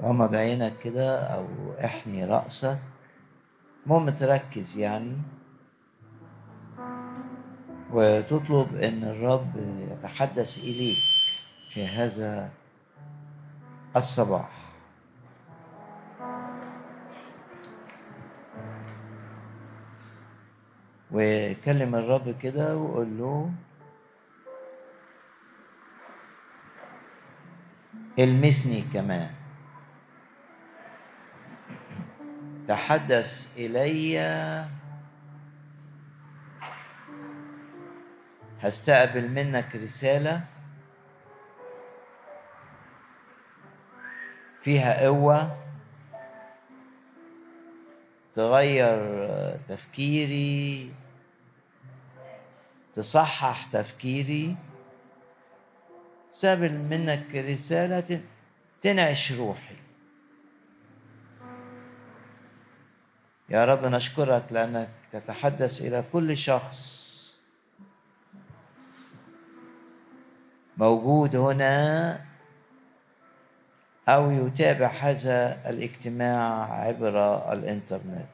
غمض عينك كده أو احني رأسك. المهم تركز يعني، وتطلب إن الرب يتحدث إليك في هذا الصباح. وكلم الرب كده وقول له: المسني كمان، تحدث إلي، هستقبل منك رسالة فيها قوة تغير تفكيري، تصحح تفكيري. استقبل منك رسالة تنعش روحي. يا رب نشكرك لأنك تتحدث إلى كل شخص موجود هنا أو يتابع هذا الاجتماع عبر الإنترنت.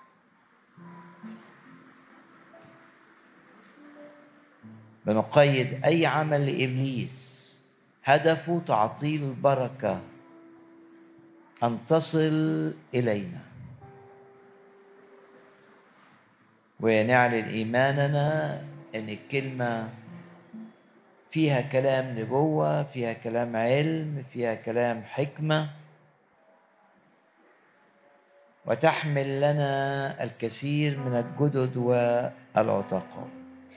بنقيد أي عمل لإبليس هدفه تعطيل البركة أن تصل إلينا، ونعلن إيماننا أن الكلمة فيها كلام نبوة، فيها كلام علم، فيها كلام حكمة، وتحمل لنا الكثير من الجدد والعتقاء.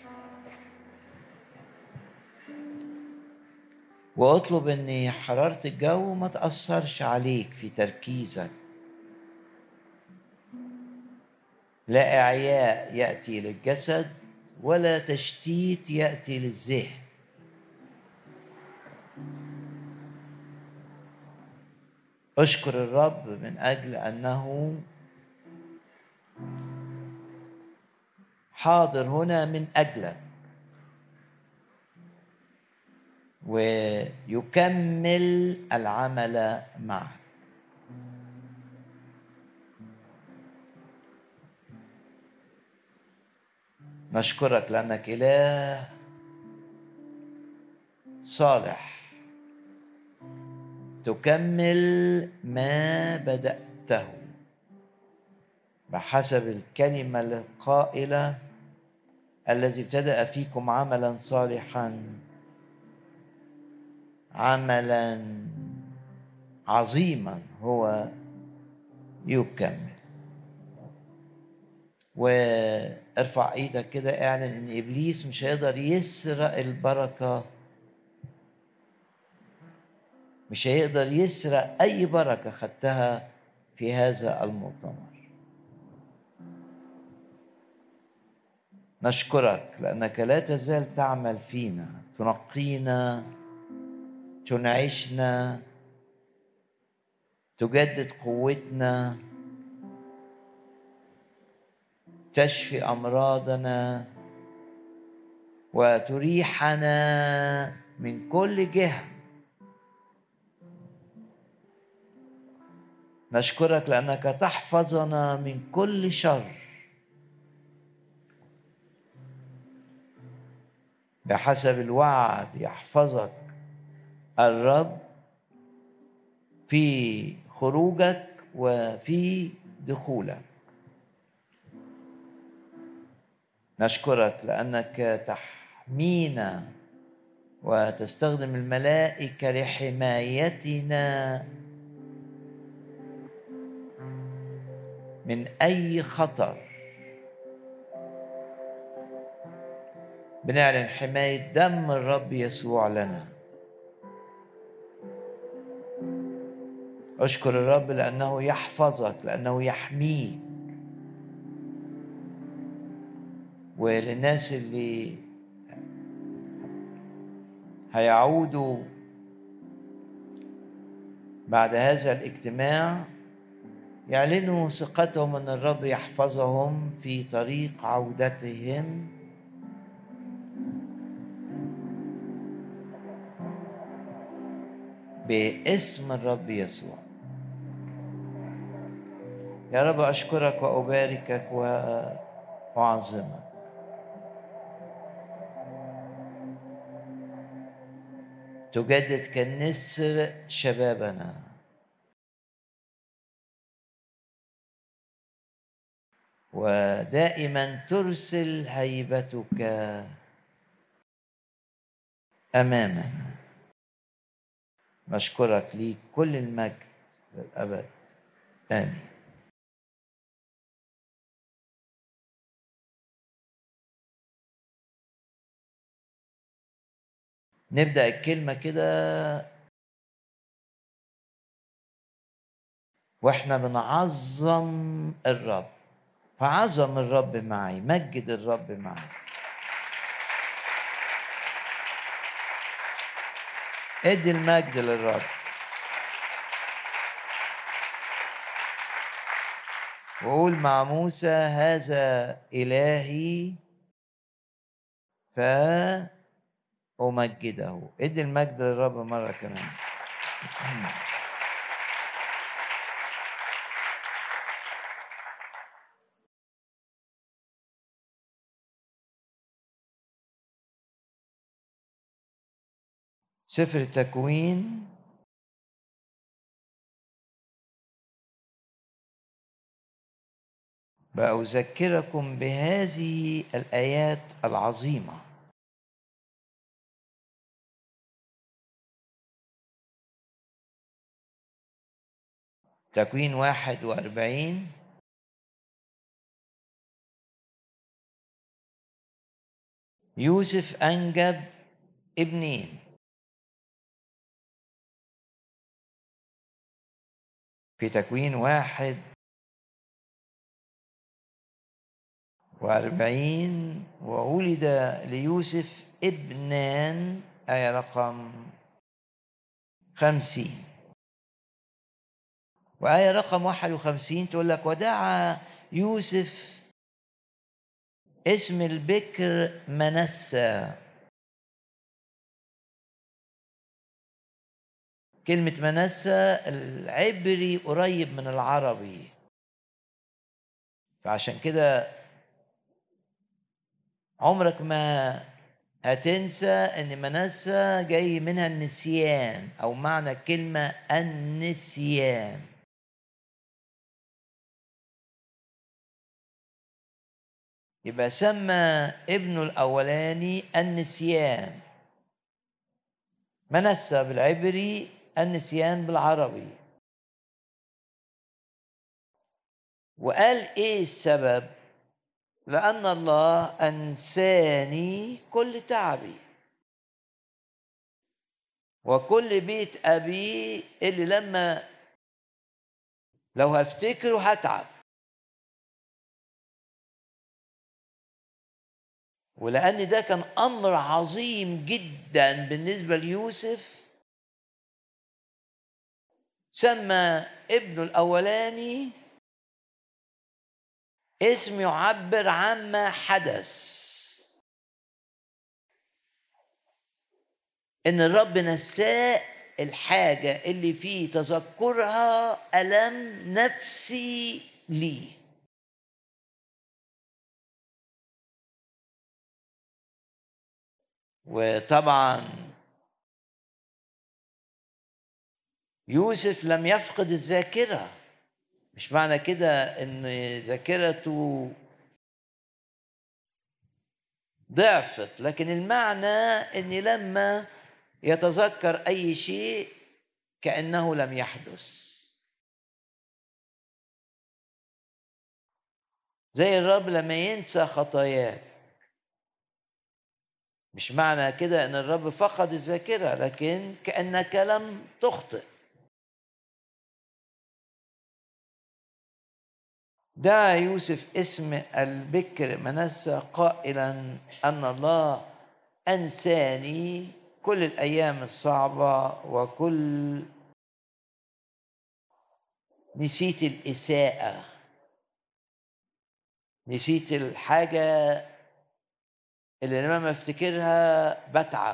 واطلب ان حرارة الجو ما تأثرش عليك في تركيزك، لا إعياء يأتي للجسد ولا تشتيت يأتي للذهن. أشكر الرب من أجل أنه حاضر هنا من أجلك ويكمل العمل معك. نشكرك لأنك إله صالح، تكمل ما بدأته بحسب الكلمة القائلة: الذي ابتدأ فيكم عملا صالحا عملا عظيما هو يكمل. وارفع ايدك كده، اعلن ان ابليس مش هيقدر يسرق البركة، مش هيقدر يسرق اي بركة خدتها في هذا المؤتمر. نشكرك لأنك لا تزال تعمل فينا، تنقينا، تنعشنا، تجدد قوتنا، تشفي أمراضنا، وتريحنا من كل جهة. نشكرك لأنك تحفظنا من كل شر بحسب الوعد. يحفظك الرب في خروجك وفي دخولك. نشكرك لأنك تحمينا وتستخدم الملائكة لحمايتنا من أي خطر. بنعلن حماية دم الرب يسوع لنا. أشكر الرب لأنه يحفظك، لأنه يحميك. وللناس اللي هيعودوا بعد هذا الاجتماع يعلنوا ثقتهم أن الرب يحفظهم في طريق عودتهم باسم الرب يسوع. يا رب أشكرك وأباركك وأعظمك. تجدد كالنسر شبابنا، ودائما ترسل هيبتك أمامنا. نشكرك ليك كل المجد للأبد، آمين. نبدأ الكلمة كده واحنا بنعظم الرب. فعظم الرب معي، مجد الرب معي. ادي المجد للرب. وقول مع موسى: هذا إلهي فأمجده. ادي المجد للرب مرة كمان. سفر التكوين بأذكركم بهذه الآيات العظيمة. تكوين 41 يوسف أنجب ابنين. في تكوين 41 وولد ليوسف ابنان، آية رقم 50. وآية رقم 51 تقول لك: ودعا يوسف اسم البكر منسى. كلمة منسى العبري قريب من العربي، فعشان كده عمرك ما هتنسى ان منسى جاي منها النسيان، او معنى الكلمة النسيان. يبقى سمى ابنه الاولاني النسيان، منسى بالعبري، النسيان بالعربي. وقال ايه السبب؟ لأن الله أنساني كل تعبي وكل بيت أبي اللي لما لو هفتكره هتعب. ولأن ده كان أمر عظيم جدا بالنسبة ليوسف، سمى ابنه الأولاني اسم يعبر عما حدث، إن الرب نساه الحاجة اللي فيه تذكرها ألم نفسي لي. وطبعا يوسف لم يفقد الذاكرة. مش معنى كده ان ذاكرته ضعفت، لكن المعنى ان لما يتذكر اي شيء كأنه لم يحدث. زي الرب لما ينسى خطاياك، مش معنى كده ان الرب فقد الذاكرة، لكن كأنك لم تخطئ. دعا يوسف اسم البكر منسى قائلا أن الله أنساني كل الأيام الصعبة، وكل نسيت الإساءة، نسيت الحاجة اللي لما افتكرها بتعب.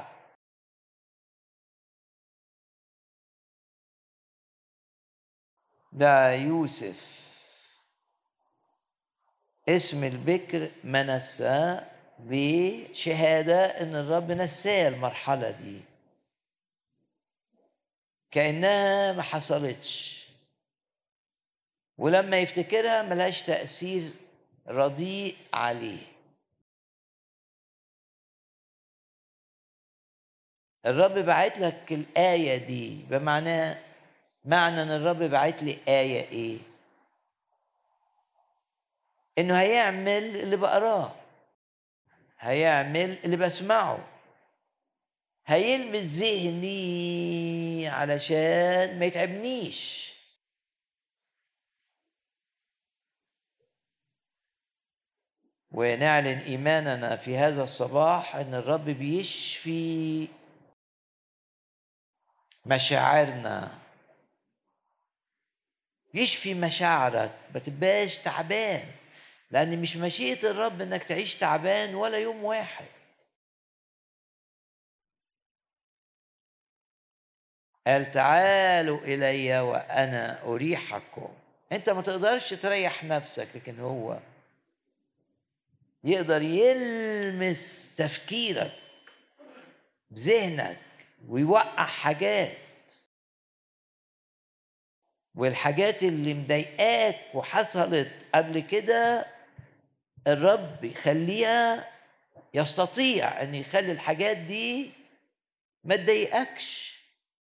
ده يوسف اسم البكر منسى، دي شهادة إن الرب نساه المرحلة دي كأنها ما حصلتش، ولما يفتكرها ملهاش تأثير رديء عليه. الرب بعت لك الآية دي بمعنى، معنى ان الرب بعت لي آية ايه؟ انه هيعمل اللي بقراه، هيعمل اللي بسمعه، هيلمس ذهني علشان ما يتعبنيش. ونعلن إيماننا في هذا الصباح ان الرب بيشفي مشاعرنا، يشفي مشاعرك، ما تبقاش تعبان، لأن مش مشيئة الرب إنك تعيش تعبان ولا يوم واحد. قال تعالوا إلي وأنا أريحكم. أنت ما تقدرش تريح نفسك، لكن هو يقدر يلمس تفكيرك بذهنك ويوقع حاجات، والحاجات اللي مضايقاك وحصلت قبل كده الرب يخليها، يستطيع أن يخلي الحاجات دي ما تضايقكش.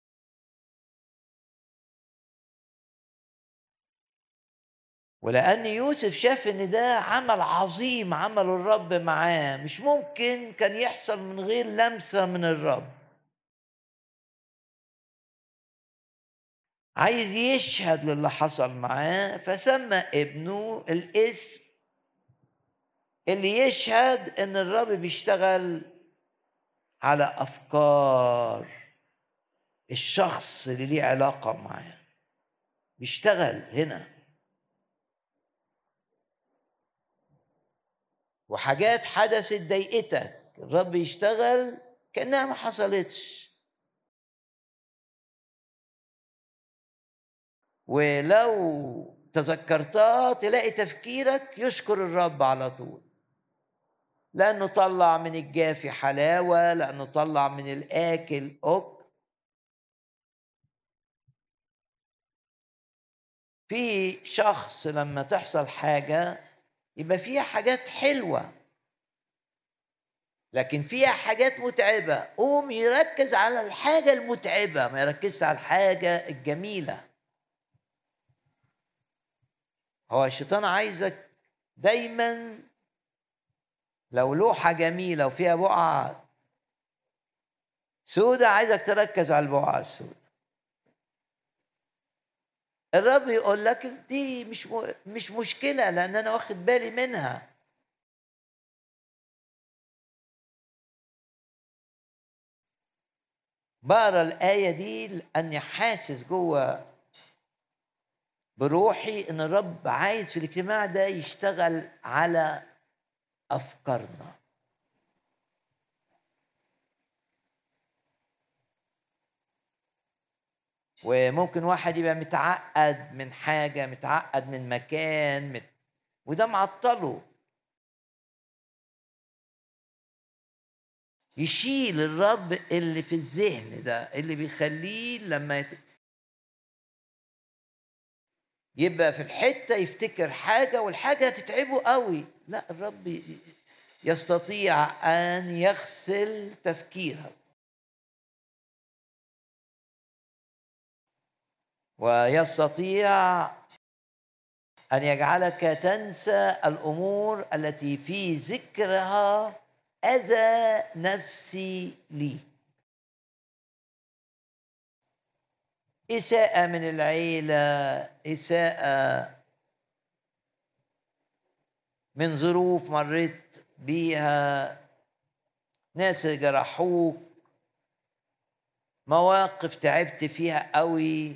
ولأن يوسف شاف إن ده عمل عظيم عمل الرب معاه، مش ممكن كان يحصل من غير لمسة من الرب. عايز يشهد للي حصل معاه، فسمى ابنه الاسم اللي يشهد إن الرب بيشتغل على أفكار الشخص اللي ليه علاقة معاه، بيشتغل هنا. وحاجات حدثت ضايقتك الرب يشتغل كأنها ما حصلتش. ولو تذكرتها تلاقي تفكيرك يشكر الرب على طول، لأنه طلع من الجافي حلاوة، لأنه طلع من الآكل أكل. في شخص لما تحصل حاجة يبقى فيها حاجات حلوة، لكن فيها حاجات متعبة، قوم يركز على الحاجة المتعبة، ما يركزش على الحاجة الجميلة. هو الشيطان عايزك دايما لو لوحة جميلة وفيها بقعة سودة عايزك تركز على البقعة السوداء. الرب يقول لك دي مش مشكلة، لأن أنا واخد بالي منها. بقرا الآية دي لأني حاسس جوه بروحي إن الرب عايز في الاجتماع ده يشتغل على أفكارنا. وممكن واحد يبقى متعقد من حاجة، متعقد من مكان، وده معطله. يشيل الرب اللي في الذهن ده، اللي بيخليه لما يبقى في الحتة يفتكر حاجة والحاجة تتعبه قوي. لا، الرب يستطيع أن يغسل تفكيرك ويستطيع أن يجعلك تنسى الأمور التي في ذكرها أذى نفسي لي، إساءة من العيلة، إساءة من ظروف مريت بيها، ناس جرحوك، مواقف تعبت فيها قوي.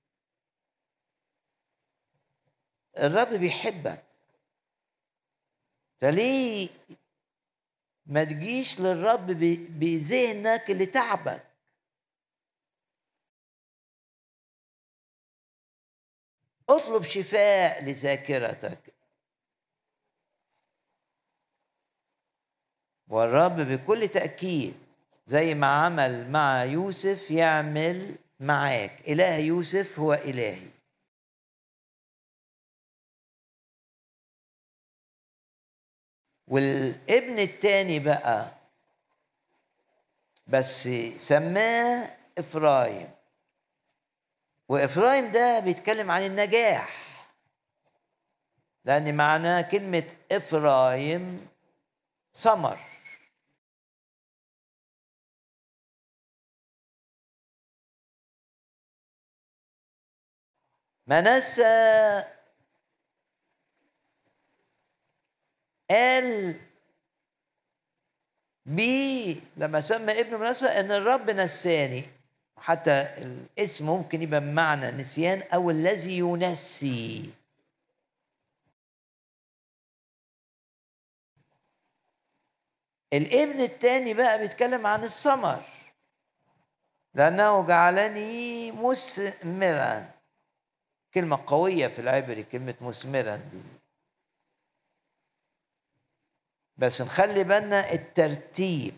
الرب بيحبك، فليه ما تجيش للرب بذهنك اللي تعبك؟ اطلب شفاء لذاكرتك، والرب بكل تأكيد زي ما عمل مع يوسف يعمل معاك. إله يوسف هو إلهي. والابن التاني بقى بس سماه إفرايم، وإفرايم ده بيتكلم عن النجاح، لأن معناه كلمة إفرايم ثمر. منسى قال بيه لما سمى ابنه منسى ان الرب نساني. حتى الاسم ممكن يبقى بمعنى نسيان او الذي ينسي. الابن الثاني بقى بيتكلم عن الثمر، لانه جعلني مثمرا. كلمه قويه في العبري كلمه مثمرا دي، بس نخلي بالنا الترتيب.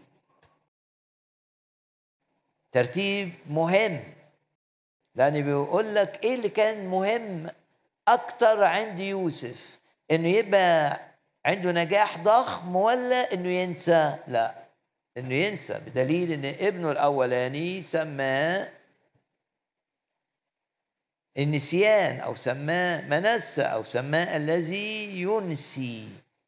ترتيب مهم، لأن بيقول لك إيه اللي كان مهم أكتر عند يوسف، إنه يبقى عنده نجاح ضخم ولا إنه ينسى؟ لا، إنه ينسى، بدليل إن ابنه الأولاني سماه النسيان أو سماه منسى أو سماه الذي ينسي.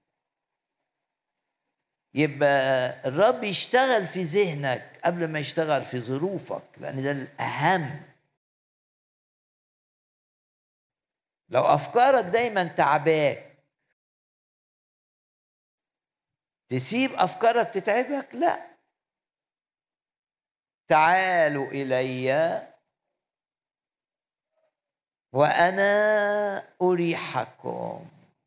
يبقى الرب يشتغل في ذهنك قبل ما يشتغل في ظروفك، لأن ده الأهم. لو أفكارك دايما تعباك تسيب أفكارك تتعبك؟ لا. تعالوا إلي وأنا أريحكم.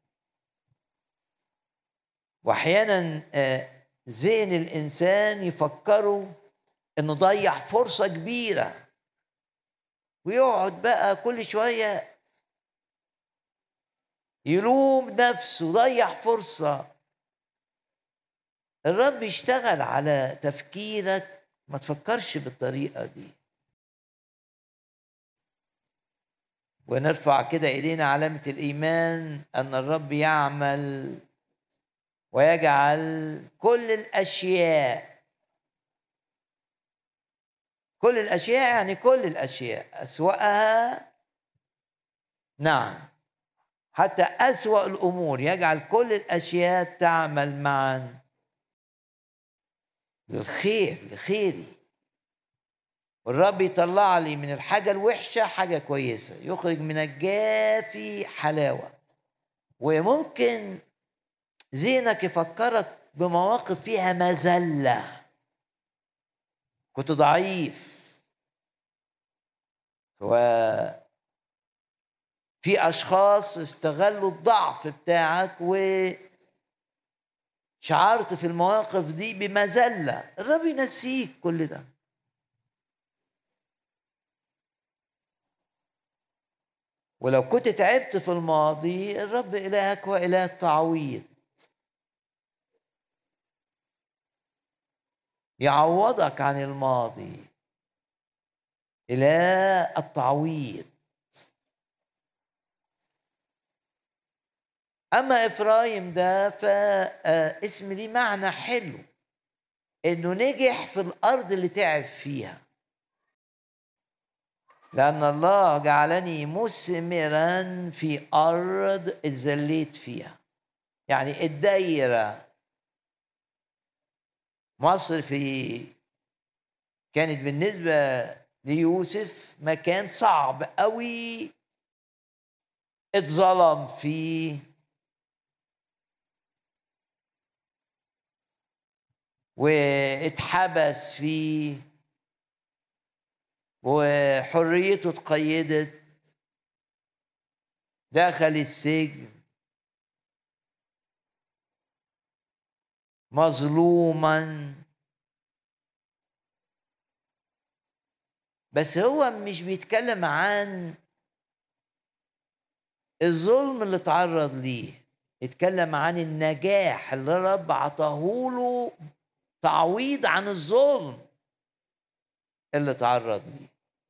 وأحيانا ذهن الإنسان يفكروا إنه ضيع فرصة كبيرة، ويقعد بقى كل شوية يلوم نفسه، ضيع فرصة. الرب يشتغل على تفكيرك، ما تفكرش بالطريقة دي. ونرفع كده إيدينا علامة الإيمان أن الرب يعمل ويجعل كل الأشياء، كل الأشياء يعني كل الأشياء أسوأها، نعم، حتى أسوأ الأمور يجعل كل الأشياء تعمل معا للخير، لخيري. والرب يطلع لي من الحاجة الوحشة حاجة كويسة، يخرج من الجافي حلاوة. وممكن ذهنك يفكرك بمواقف فيها مذلة، كنت ضعيف، وفي أشخاص استغلوا الضعف بتاعك وشعرت في المواقف دي بمذلة. الرب ينسيك كل ده. ولو كنت تعبت في الماضي، الرب إلهك هو إله التعويض، يعوضك عن الماضي، إله التعويض. أما إفرايم ده فاسم ليه معنى حلو، إنه نجح في الأرض اللي تعب فيها، لأن الله جعلني مثمرا في أرض اتذليت فيها. يعني الدايرة مصر كانت بالنسبة ليوسف مكان صعب قوي، اتظلم فيه واتحبس فيه وحريته اتقيدت، دخل السجن مظلوما. بس هو مش بيتكلم عن الظلم اللي تعرض ليه، اتكلم عن النجاح اللي الرب عطاهوله تعويض عن الظلم اللي تعرض ليه.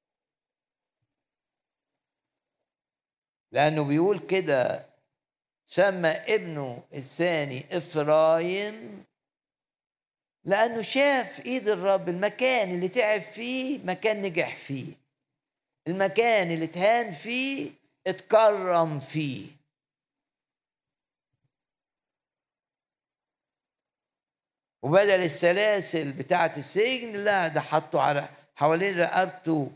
لأنه بيقول كده سمى ابنه الثاني إفرايم، لأنه شاف إيد الرب. المكان اللي تعب فيه مكان نجح فيه، المكان اللي اتهان فيه اتكرم فيه. وبدل السلاسل بتاعة السجن، لا، ده حطوا على حوالين رقبته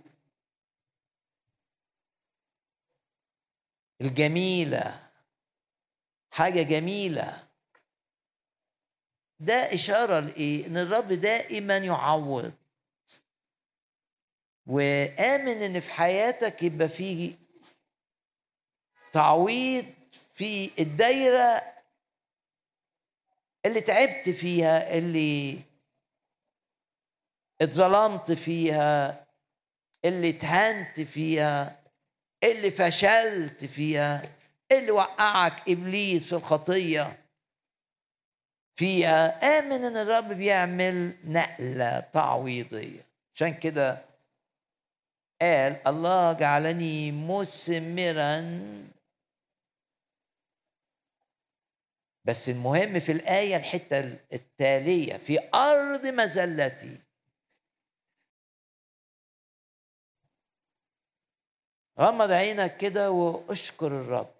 الجميلة، حاجة جميلة. ده إشارة لإيه؟ إن الرب دائما يعوض. وآمن إن في حياتك يبقى فيه تعويض في الدايرة اللي تعبت فيها، اللي اتظلمت فيها، اللي اتهنت فيها، اللي فشلت فيها، اللي وقعك إبليس في الخطية فيها. آمن إن الرب بيعمل نقلة تعويضية. عشان كده قال الله جعلني مثمرا. بس المهم في الآية الحتة التالية، في أرض مذلتي. غمض عينك كده واشكر الرب.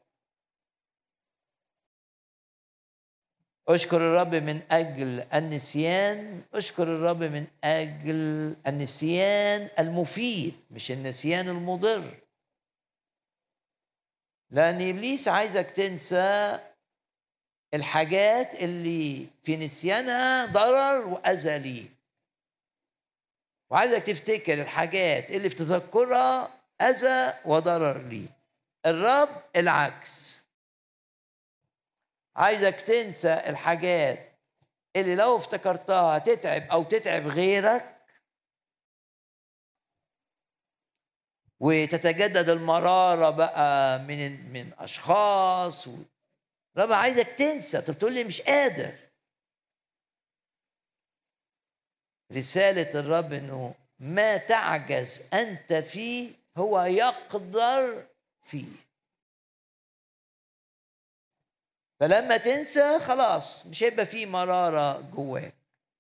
اشكر الرب من أجل النسيان، اشكر الرب من أجل النسيان المفيد مش النسيان المضر. لأن إبليس عايزك تنسى الحاجات اللي في نسيانها ضرر وأذى ليك، وعايزك تفتكر الحاجات اللي في تذكرها أذى وضرر ليك. الرب العكس، عايزك تنسى الحاجات اللي لو افتكرتها تتعب أو تتعب غيرك، وتتجدد المرارة بقى من أشخاص. الرب عايزك تنسى. طب تقول لي مش قادر. رسالة الرب إنه ما تعجز أنت فيه هو يقدر فيه. فلما تنسى خلاص مش هيبقى فيه مرارة جواك.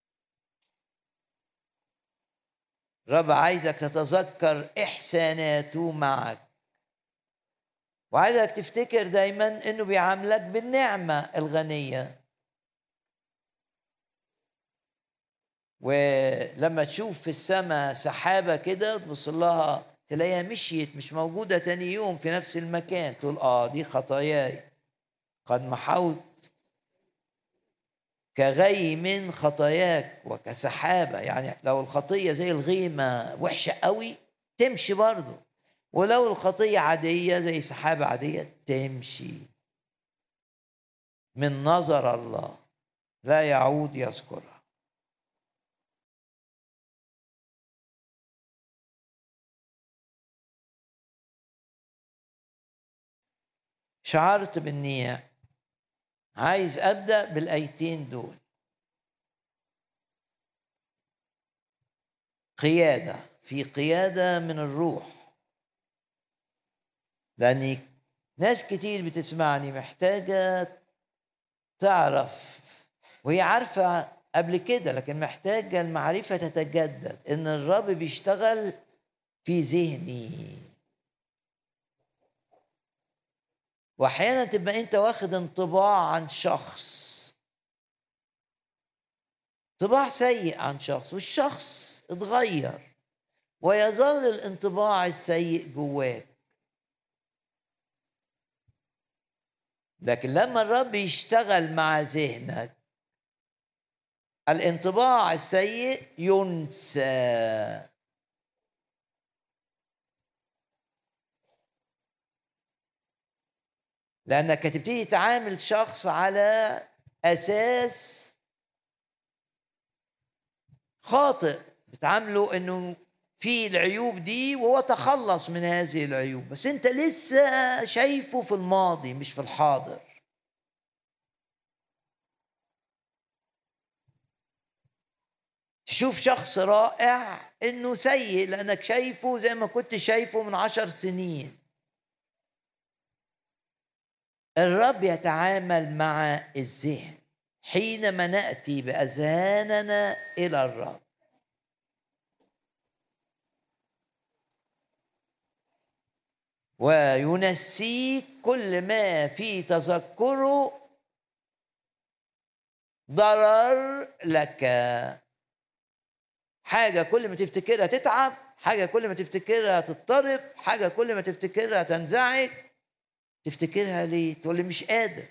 الرب عايزك تتذكر إحساناته معك، وعايزك تفتكر دايما إنه بيعاملك بالنعمة الغنية. ولما تشوف في السماء سحابة كده تبص لها تلاقيها مشيت مش موجودة تاني يوم في نفس المكان، تقول دي خطاياي قد محوت كغيم خطاياك وكسحابة. يعني لو الخطية زي الغيمة وحشة قوي تمشي برضه، ولو الخطية عادية زي سحابة عادية تمشي. من نظر الله لا يعود يذكرها. شعرت بإني عايز أبدأ بالآيتين دول. قيادة، في قيادة من الروح. لأن ناس كتير بتسمعني محتاجة تعرف، وهي عارفة قبل كده لكن محتاجة المعرفة تتجدد، إن الرب بيشتغل في ذهني. وأحيانا تبقى أنت واخد انطباع عن شخص، انطباع سيء عن شخص، والشخص اتغير ويظل الانطباع السيء جواك. لكن لما الرب يشتغل مع ذهنك الانطباع السيء ينسى. لأنك هتبتدي تعامل شخص على أساس خاطئ، بتعامله إنه في العيوب دي وهو تخلص من هذه العيوب، بس أنت لسه شايفه في الماضي مش في الحاضر. تشوف شخص رائع انه سيء لانك شايفه زي ما كنت شايفه من 10 سنين. الرب يتعامل مع الذهن حينما نأتي بأذهاننا إلى الرب. وينسيك كل ما في تذكره ضرر لك. حاجة كل ما تفتكرها تتعب، حاجة كل ما تفتكرها تضطرب، حاجة كل ما تفتكرها تنزعج. تفتكرها ليه؟ تقول لي مش قادر.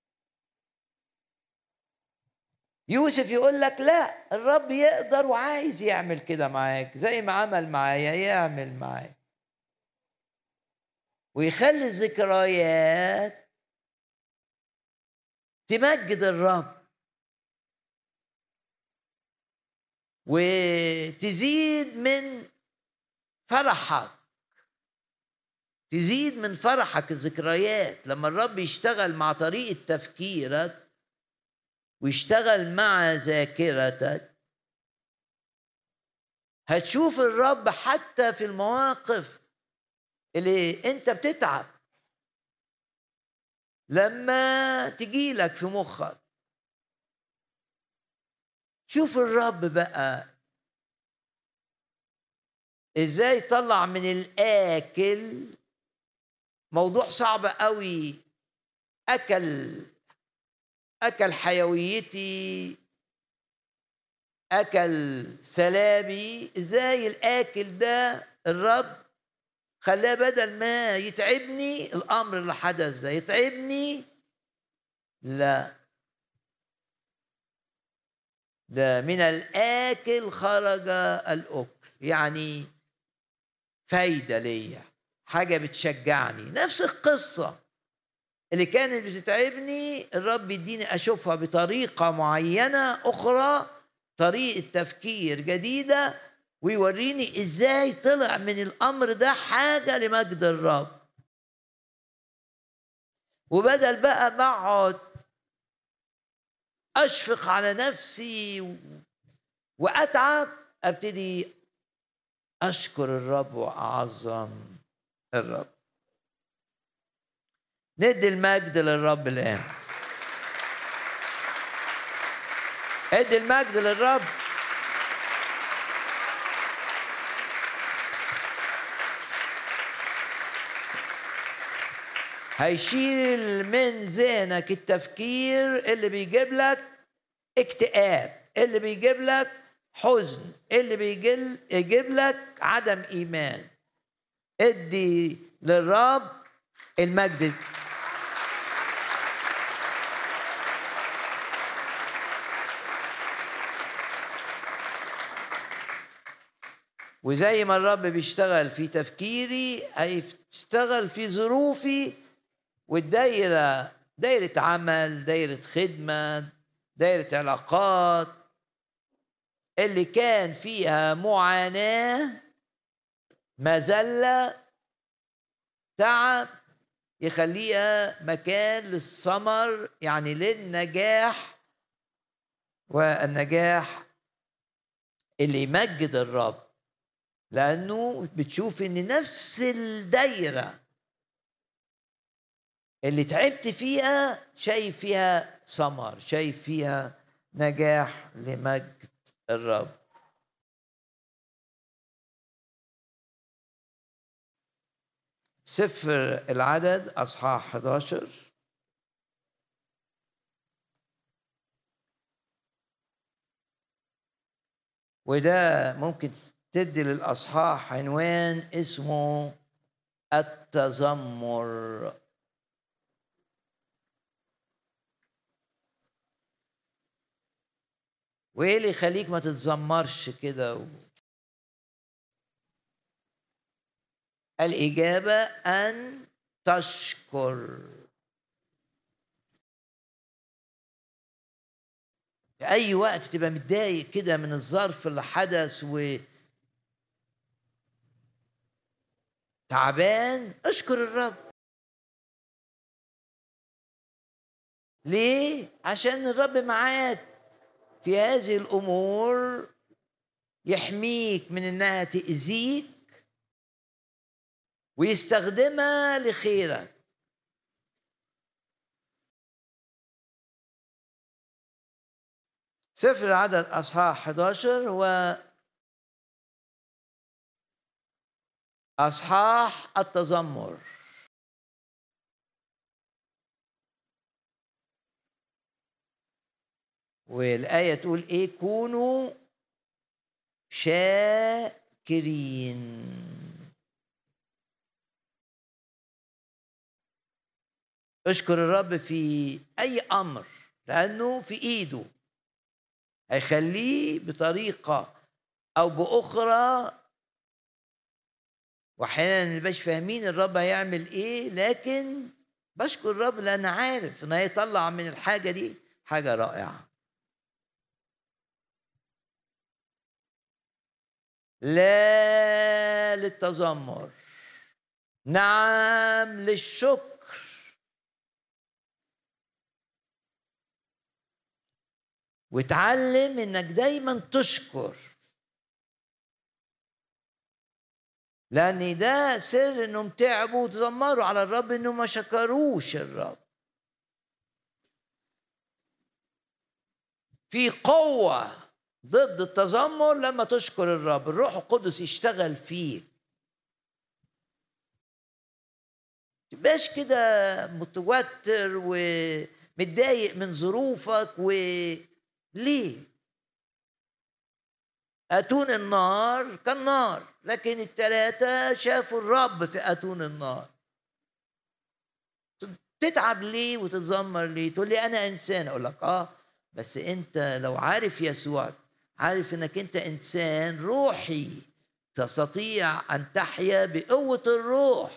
يوسف يقول لك لا، الرب يقدر وعايز يعمل كده معاك زي ما عمل معايا يعمل معاك، ويخلي الذكريات تمجد الرب وتزيد من فرحك. تزيد من فرحك الذكريات لما الرب يشتغل مع طريقة تفكيرك ويشتغل مع ذاكرتك. هتشوف الرب حتى في المواقف اللي انت بتتعب، لما تجيلك في مخك شوف الرب بقى ازاي طلع من الآكل موضوع صعب قوي. أكل حيويتي، أكل سلامي. ازاي الآكل ده الرب خلاه بدل ما يتعبني الأمر اللي حدث ده يتعبني، لا، ده من الآكل خرج الأكل. يعني فايدة ليا، حاجة بتشجعني. نفس القصة اللي كانت بتتعبني الرب يديني أشوفها بطريقة معينة أخرى، طريقة تفكير جديدة، ويوريني إزاي طلع من الأمر ده حاجة لمجد الرب. وبدل بقى ما أقعد أشفق على نفسي وأتعب، أبتدي أشكر الرب وأعظم الرب. ندي المجد للرب الآن. ادي المجد للرب. هيشيل من ذهنك التفكير اللي بيجيب لك اكتئاب، اللي بيجيب لك حزن، اللي يجيب لك عدم إيمان. ادي للرب المجد. وزي ما الرب بيشتغل في تفكيري هيشتغل في ظروفي، والدايرة دايرة عمل، دايرة خدمة، دايرة علاقات اللي كان فيها معاناة، مذلة، تعب، يخليها مكان للثمر، يعني للنجاح. والنجاح اللي يمجد الرب، لأنه بتشوف إن نفس الدايرة اللي تعبت فيها شايف فيها ثمر، شايف فيها نجاح لمجد الرب. سفر العدد أصحاح 11. وده ممكن تدي للأصحاح عنوان اسمه التذمر. وإيه اللي يخليك ما تتذمرش كده؟ الإجابة أن تشكر. في أي وقت تبقى متضايق كده من الظرف اللي حدث وتعبان، اشكر الرب. ليه؟ عشان الرب معاك في هذه الأمور يحميك من انها تأذيك ويستخدمها لخيرك. سفر العدد اصحاح 11 هو اصحاح التذمر. والآية تقول ايه؟ كونوا شاكرين. اشكر الرب في اي امر لانه في ايده، هيخليه بطريقة او باخرى. واحيانا مبقاش فاهمين الرب هيعمل ايه، لكن بشكر الرب لان عارف ان هيطلع من الحاجة دي حاجة رائعة. لا للتذمر، نعم للشكر. وتعلم انك دايما تشكر، لان ده سر انهم تعبوا وتذمروا على الرب، انهم ما شكروش الرب. في قوة ضد التذمر لما تشكر الرب، الروح القدس يشتغل فيك. تبقاش كده متوتر ومتضايق من ظروفك. ليه؟ أتون النار كان نار، لكن الثلاثة شافوا الرب في أتون النار. تتعب ليه وتتذمر ليه؟ تقول لي أنا إنسان. أقول لك بس أنت لو عارف يسوع، عارف إنك أنت إنسان روحي، تستطيع أن تحيا بقوة الروح.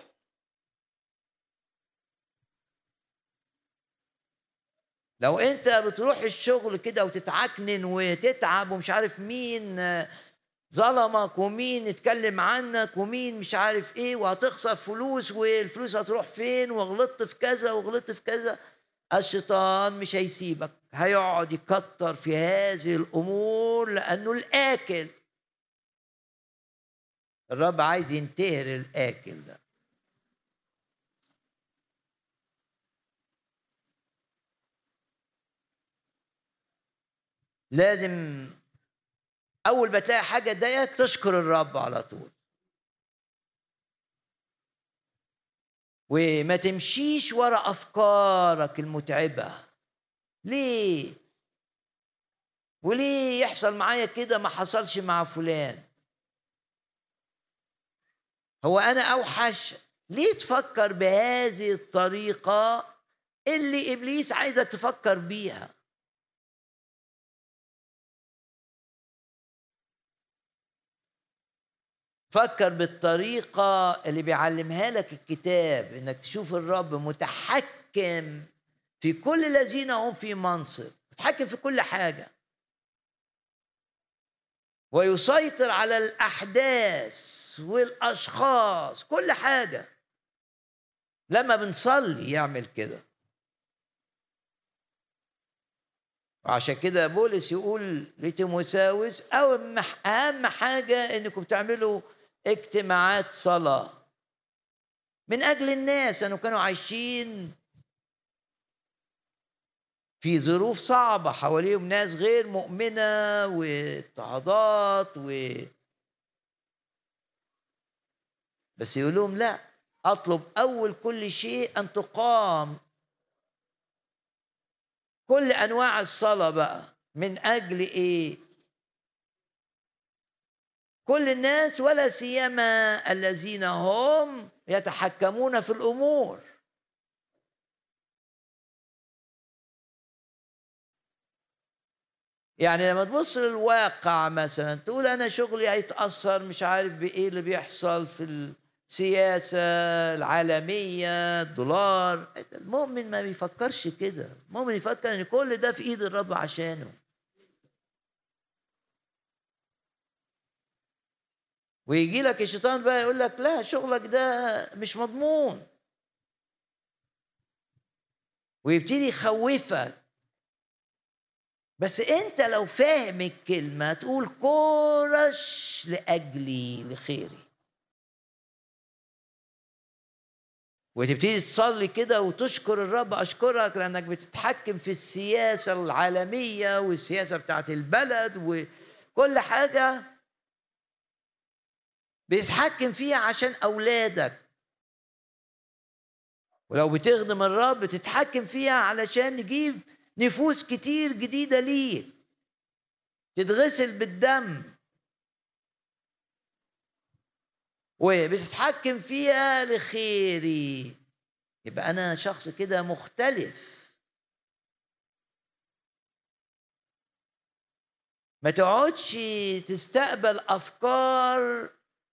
لو أنت بتروح الشغل كده وتتعكنن وتتعب ومش عارف مين ظلمك ومين اتكلم عنك ومين مش عارف ايه، وهتخسر فلوس، والفلوس هتروح فين، وغلطت في كذا وغلطت في كذا، الشيطان مش هيسيبك، هيقعد يكتر في هذه الامور لانه الاكل. الرب عايز ينتهر الاكل ده. لازم اول ما تلاقي حاجه تضايقك تشكر الرب على طول، وما تمشيش ورا افكارك المتعبه. ليه؟ وليه يحصل معايا كده ما حصلش مع فلان؟ هو أنا أوحش؟ ليه تفكر بهذه الطريقة اللي إبليس عايزك تفكر بيها؟ فكر بالطريقة اللي بيعلمها لك الكتاب، إنك تشوف الرب متحكم في كل الذين هم في منصب، متحكم في كل حاجة، ويسيطر على الأحداث والأشخاص، كل حاجة. لما بنصلي يعمل كده. وعشان كده بولس يقول لتيموثاوس أهم حاجة إنكم تعملوا اجتماعات صلاة من أجل الناس، أنه كانوا عايشين في ظروف صعبة، حواليهم ناس غير مؤمنة واضطهادات بس يقول لهم لا، أطلب أول كل شيء أن تقام كل أنواع الصلاة بقى. من أجل إيه؟ كل الناس، ولا سيما الذين هم يتحكمون في الأمور. يعني لما تبص للواقع مثلا تقول أنا شغلي هيتأثر مش عارف بإيه اللي بيحصل في السياسة العالمية، الدولار. المؤمن ما بيفكرش كده، المؤمن يفكر إن كل ده في إيد الرب عشانه. ويجي لك الشيطان بقى يقول لك لا، شغلك ده مش مضمون، ويبتدي يخوفك بس انت لو فاهم الكلمة تقول كورش لأجلي لخيري، وتبتدي تصلي كده وتشكر الرب. أشكرك لأنك بتتحكم في السياسة العالمية والسياسة بتاعت البلد وكل حاجة بتتحكم فيها عشان أولادك، ولو بتخدم الرب بتتحكم فيها علشان نجيب نفوس كتير جديدة ليك تتغسل بالدم، وبتتحكم فيها لخيري. يبقى أنا شخص كده مختلف. ما تقعدش تستقبل أفكار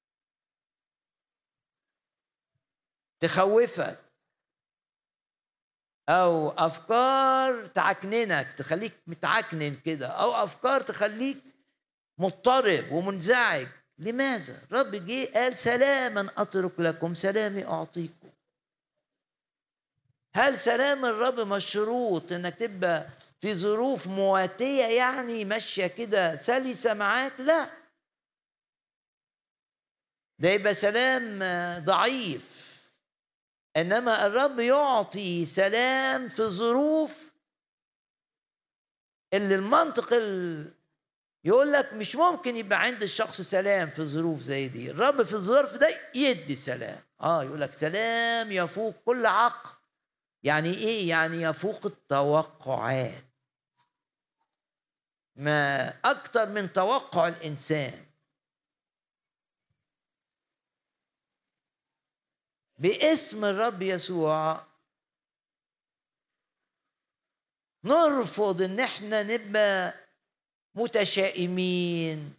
تخوفك أو أفكار تعكننك تخليك متعكنن كده، أو أفكار تخليك مضطرب ومنزعج. لماذا؟ الرب جه قال سلاما أترك لكم سلامي أعطيكم. هل سلام الرب مشروط انك تبقى في ظروف مواتية يعني ماشية كده سلسة معاك؟ لا، ده يبقى سلام ضعيف. انما الرب يعطي سلام في ظروف اللي المنطق يقول لك مش ممكن يبقى عند الشخص سلام في ظروف زي دي. الرب في الظرف ده يدي سلام. يقول لك سلام يفوق كل عقل. يعني ايه؟ يعني يفوق التوقعات، ما اكتر من توقع الانسان. باسم الرب يسوع نرفض ان احنا نبقى متشائمين،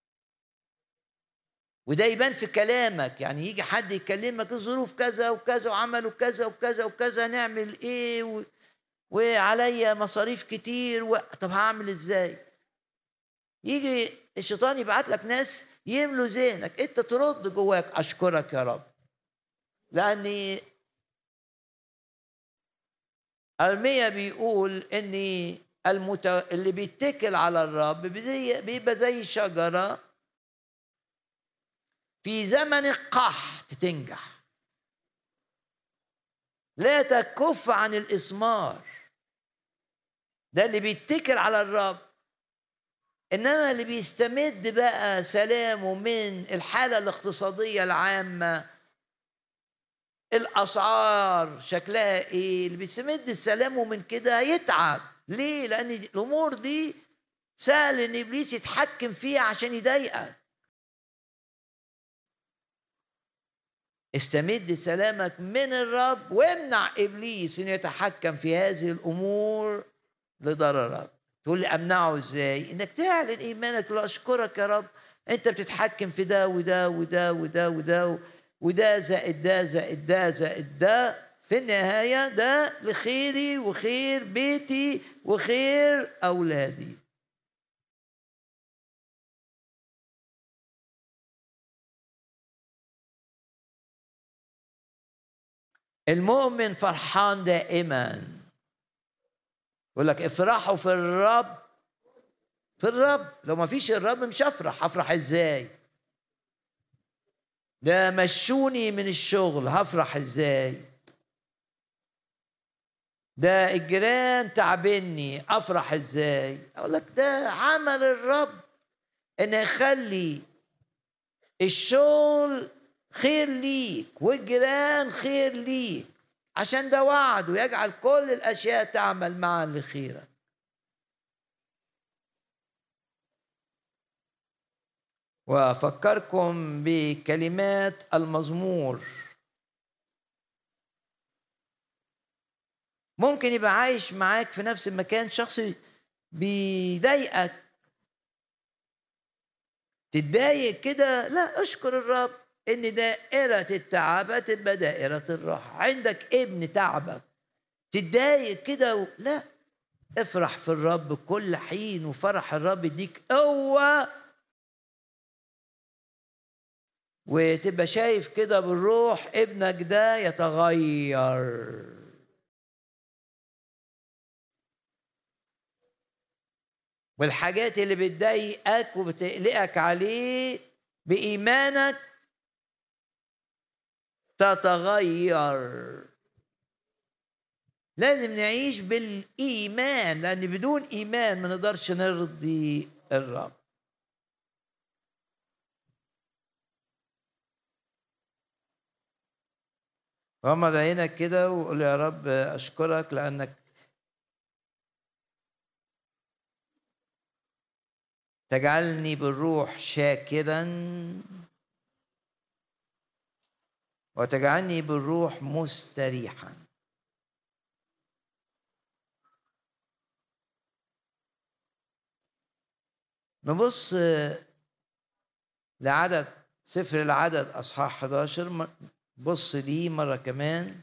وده يبان في كلامك. يعني يجي حد يكلمك الظروف كذا وكذا وعملوا كذا وكذا وكذا، نعمل ايه وعليا مصاريف كتير طب هعمل ازاي؟ يجي الشيطان يبعت لك ناس يملوا ذهنك، انت ترد جواك اشكرك يا رب، لاني أرميا بيقول ان اللي بيتكل على الرب بيبقى زي شجرة في زمن القحط تنجح، لا تكف عن الإثمار. ده اللي بيتكل على الرب. إنما اللي بيستمد بقى سلامه من الحالة الاقتصادية العامة، الأسعار شكلها إيه، اللي بيستمد سلامه من كده يتعب. ليه؟ لأن الأمور دي سهل إن إبليس يتحكم فيها عشان يضايقك. استمد سلامك من الرب وامنع إبليس إنه يتحكم في هذه الأمور لضررك. تقول لي أمنعه إزاي؟ إنك تعلن إيمانك. لا، أشكرك يا رب أنت بتتحكم في ده وده وده وده وده وده زائد ده زائد ده زائد ده، في النهاية ده لخيري وخير بيتي وخير أولادي. المؤمن فرحان دائما. يقول لك افرحوا في الرب. في الرب. لو ما فيش الرب مش هفرح ازاي؟ ده مشوني من الشغل، هفرح ازاي؟ ده الجيران تعبني، افرح ازاي؟ اقول لك ده عمل الرب ان يخلي الشغل خير ليك والجيران خير ليك، عشان ده وعده يجعل كل الاشياء تعمل معا لخيرك. وافكركم بكلمات المزمور. ممكن يبقى عايش معاك في نفس المكان شخص بيضايقك، تتضايق كده، لا، اشكر الرب ان دائرة التعب تبقى دائرة الراحة. عندك ابن تعبك تتضايق كده لا، افرح في الرب كل حين، وفرح الرب يديك قوة، وتبقى شايف كده بالروح ابنك ده يتغير. والحاجات اللي بتضايقك وبتقلقك عليه بإيمانك تتغير. لازم نعيش بالإيمان، لأن بدون إيمان ما نقدرش نرضي الرب. غمض عينك كده وقول يا رب أشكرك لأنك تجعلني بالروح شاكرا وتجعلني بالروح مستريحا. نبص لعدد سفر العدد أصحاح 11، بص ليه مرة كمان.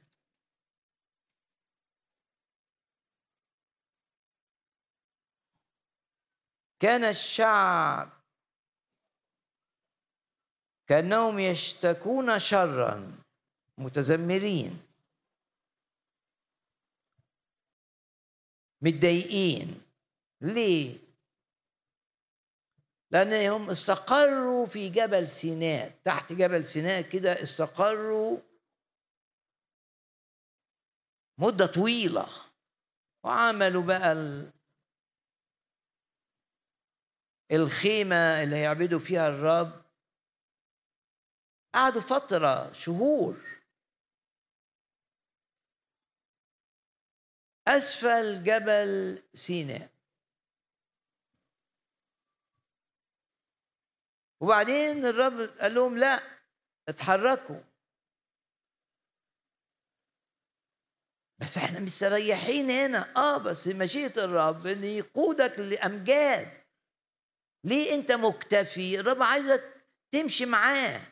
كان الشعب كأنهم يشتكون شرا متذمرين متضايقين. ليه؟ لأنهم استقروا في جبل سيناء، تحت جبل سيناء كده استقروا مدة طويلة، وعملوا بقى الخيمة اللي هيعبدوا فيها الرب. قعدوا فترة شهور أسفل جبل سيناء، وبعدين الرب قال لهم لا اتحركوا، بس احنا مستريحين هنا. بس مشيئة الرب ان يقودك لأمجاد. ليه انت مكتفي؟ الرب عايزك تمشي معاه.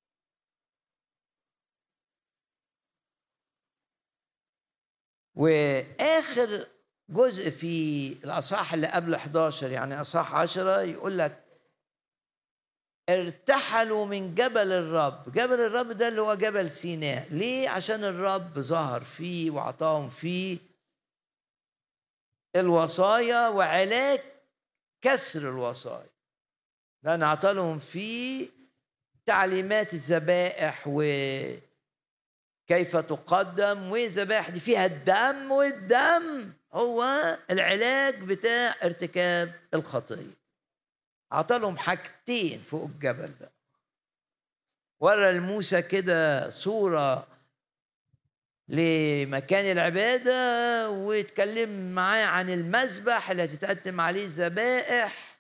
واخر جزء في الاصحاح اللي قبل 11 يعني اصحاح 10 يقول لك ارتحلوا من جبل الرب. جبل الرب ده اللي هو جبل سيناء. ليه؟ عشان الرب ظهر فيه وعطاهم فيه الوصايا وعلاج كسر الوصايا، لأن عطالهم فيه تعليمات الذبائح وكيف تقدم، والذبائح دي فيها الدم، والدم هو العلاج بتاع ارتكاب الخطية. عطالهم حاجتين فوق الجبل ده. ورى لموسى كده صورة لمكان العبادة، واتكلم معاه عن المذبح اللي هتتقدم عليه ذبائح،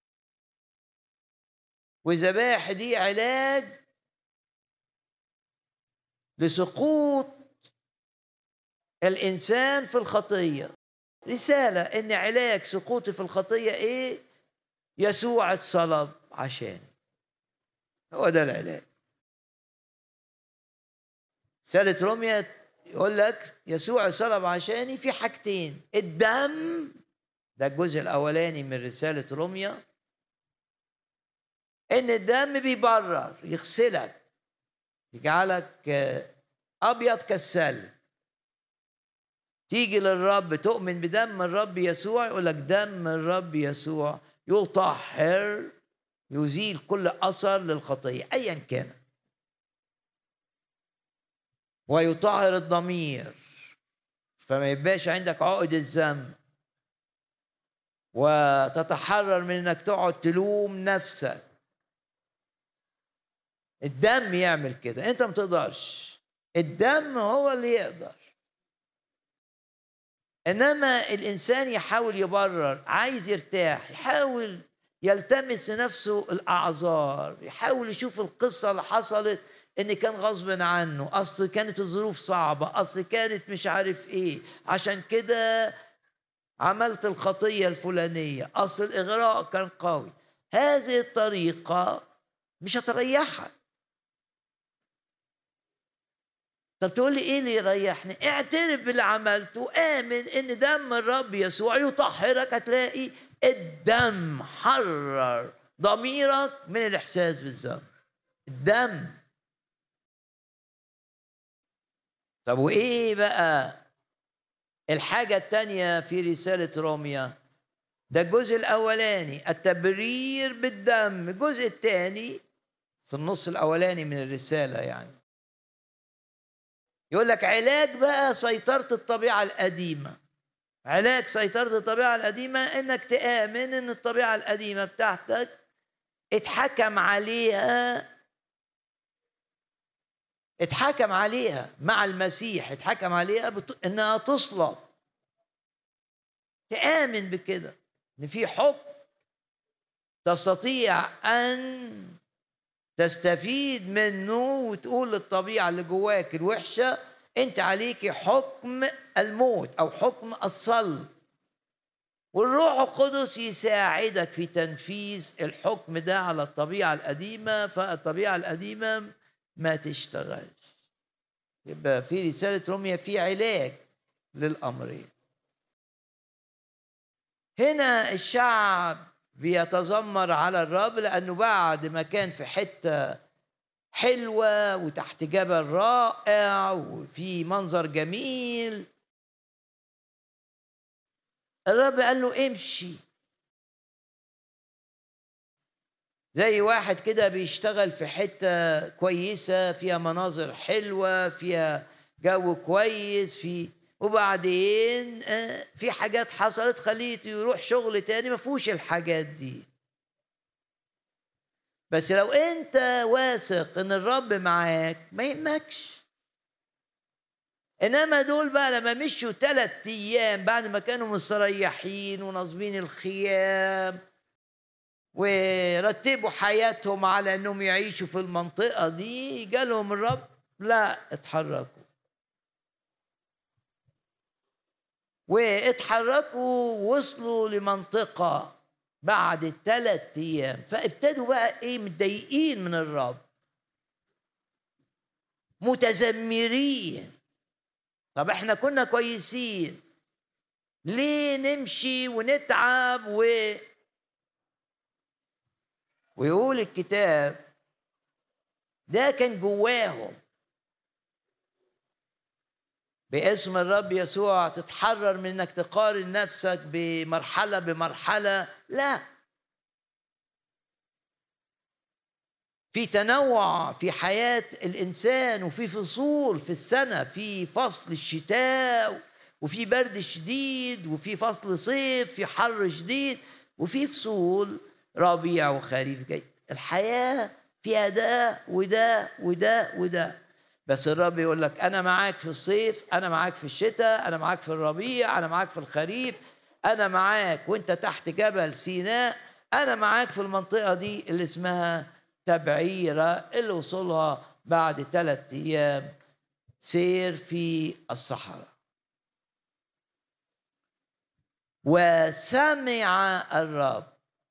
والذبائح دي علاج لسقوط الإنسان في الخطية. رسالة إن علاج سقوطي في الخطية إيه؟ يسوع اتصلب عشاني، هو ده العلاج. رسالة روميا يقول لك يسوع اتصلب عشاني في حاجتين: الدم، ده الجزء الأولاني من رسالة روميا، إن الدم بيبرر، يغسلك، يجعلك أبيض كالثلج. تيجي للرب تؤمن بدم الرب يسوع، يقول لك دم الرب يسوع يطهر، يزيل كل أثر للخطية أيا كان، ويطهر الضمير، فما يبقاش عندك عقد الذنب، وتتحرر من انك تقعد تلوم نفسك. الدم يعمل كده، انت ما تقدرش، الدم هو اللي يقدر. انما الانسان يحاول يبرر، عايز يرتاح، يحاول يلتمس لنفسه الاعذار، يحاول يشوف القصه اللي حصلت ان كان غصب عنه، اصل كانت الظروف صعبه، اصل كانت مش عارف ايه، عشان كده عملت الخطيه الفلانيه، اصل الاغراء كان قوي. هذه الطريقه مش هتريحك. طب تقول لي ايه اللي يريحني؟ اعترف باللي عملته، امن ان دم الرب يسوع يطهرك. هتلاقي الدم حرر ضميرك من الاحساس بالذنب. الدم. طب وايه بقى الحاجة التانية في رسالة روميا؟ ده الجزء الأولاني، التبرير بالدم. الجزء الثاني في النص الأولاني من الرسالة يعني يقول لك علاج بقى سيطرة الطبيعة القديمة. علاج سيطرة الطبيعة القديمة إنك تآمن إن الطبيعة القديمة بتاعتك اتحكم عليها مع المسيح، اتحكم عليها إنها تصلب. تآمن بكده إن في حكم تستطيع أن تستفيد منه، وتقول للطبيعة اللي جواك الوحشة أنت عليك حكم الموت أو حكم الصلب، والروح القدس يساعدك في تنفيذ الحكم ده على الطبيعة القديمة، فالطبيعة القديمة ما تشتغلش. يبقى في رسالة روميا في علاج للأمرين. هنا الشعب بيتذمر على الرب لأنه بعد ما كان في حتة حلوة وتحت جبل رائع وفي منظر جميل، الرب قال له امشي. زي واحد كده بيشتغل في حتة كويسة فيها مناظر حلوة فيها جو كويس، وبعدين في حاجات حصلت خليه يروح شغل تاني ما فيهوش الحاجات دي. بس لو انت واثق ان الرب معاك ما يهمكش. انما دول بقى لما مشوا 3 ايام بعد ما كانوا مستريحين وناصبين الخيام ورتبوا حياتهم على انهم يعيشوا في المنطقة دي، جالهم الرب لا اتحركوا، واتحركوا وصلوا لمنطقة بعد 3 ايام، فابتدوا بقى متضايقين من الرب، متذمرين. طب احنا كنا كويسين، ليه نمشي ونتعب؟ ويقول الكتاب ده كان جواهم. باسم الرب يسوع تتحرر من انك تقارن نفسك بمرحلة بمرحلة، لا، في تنوع في حياة الإنسان، وفي فصول في السنة، في فصل الشتاء وفي برد شديد، وفي فصل صيف في حر شديد، وفي فصول ربيع وخريف جيد. الحياة فيها ده وده وده وده. بس الرب يقول لك أنا معاك في الصيف، أنا معاك في الشتاء، أنا معاك في الربيع، أنا معاك في الخريف، أنا معاك وأنت تحت جبل سيناء، أنا معاك في المنطقة دي اللي اسمها تبعيرة اللي وصلها بعد 3 أيام سير في الصحراء. وسمع الرب.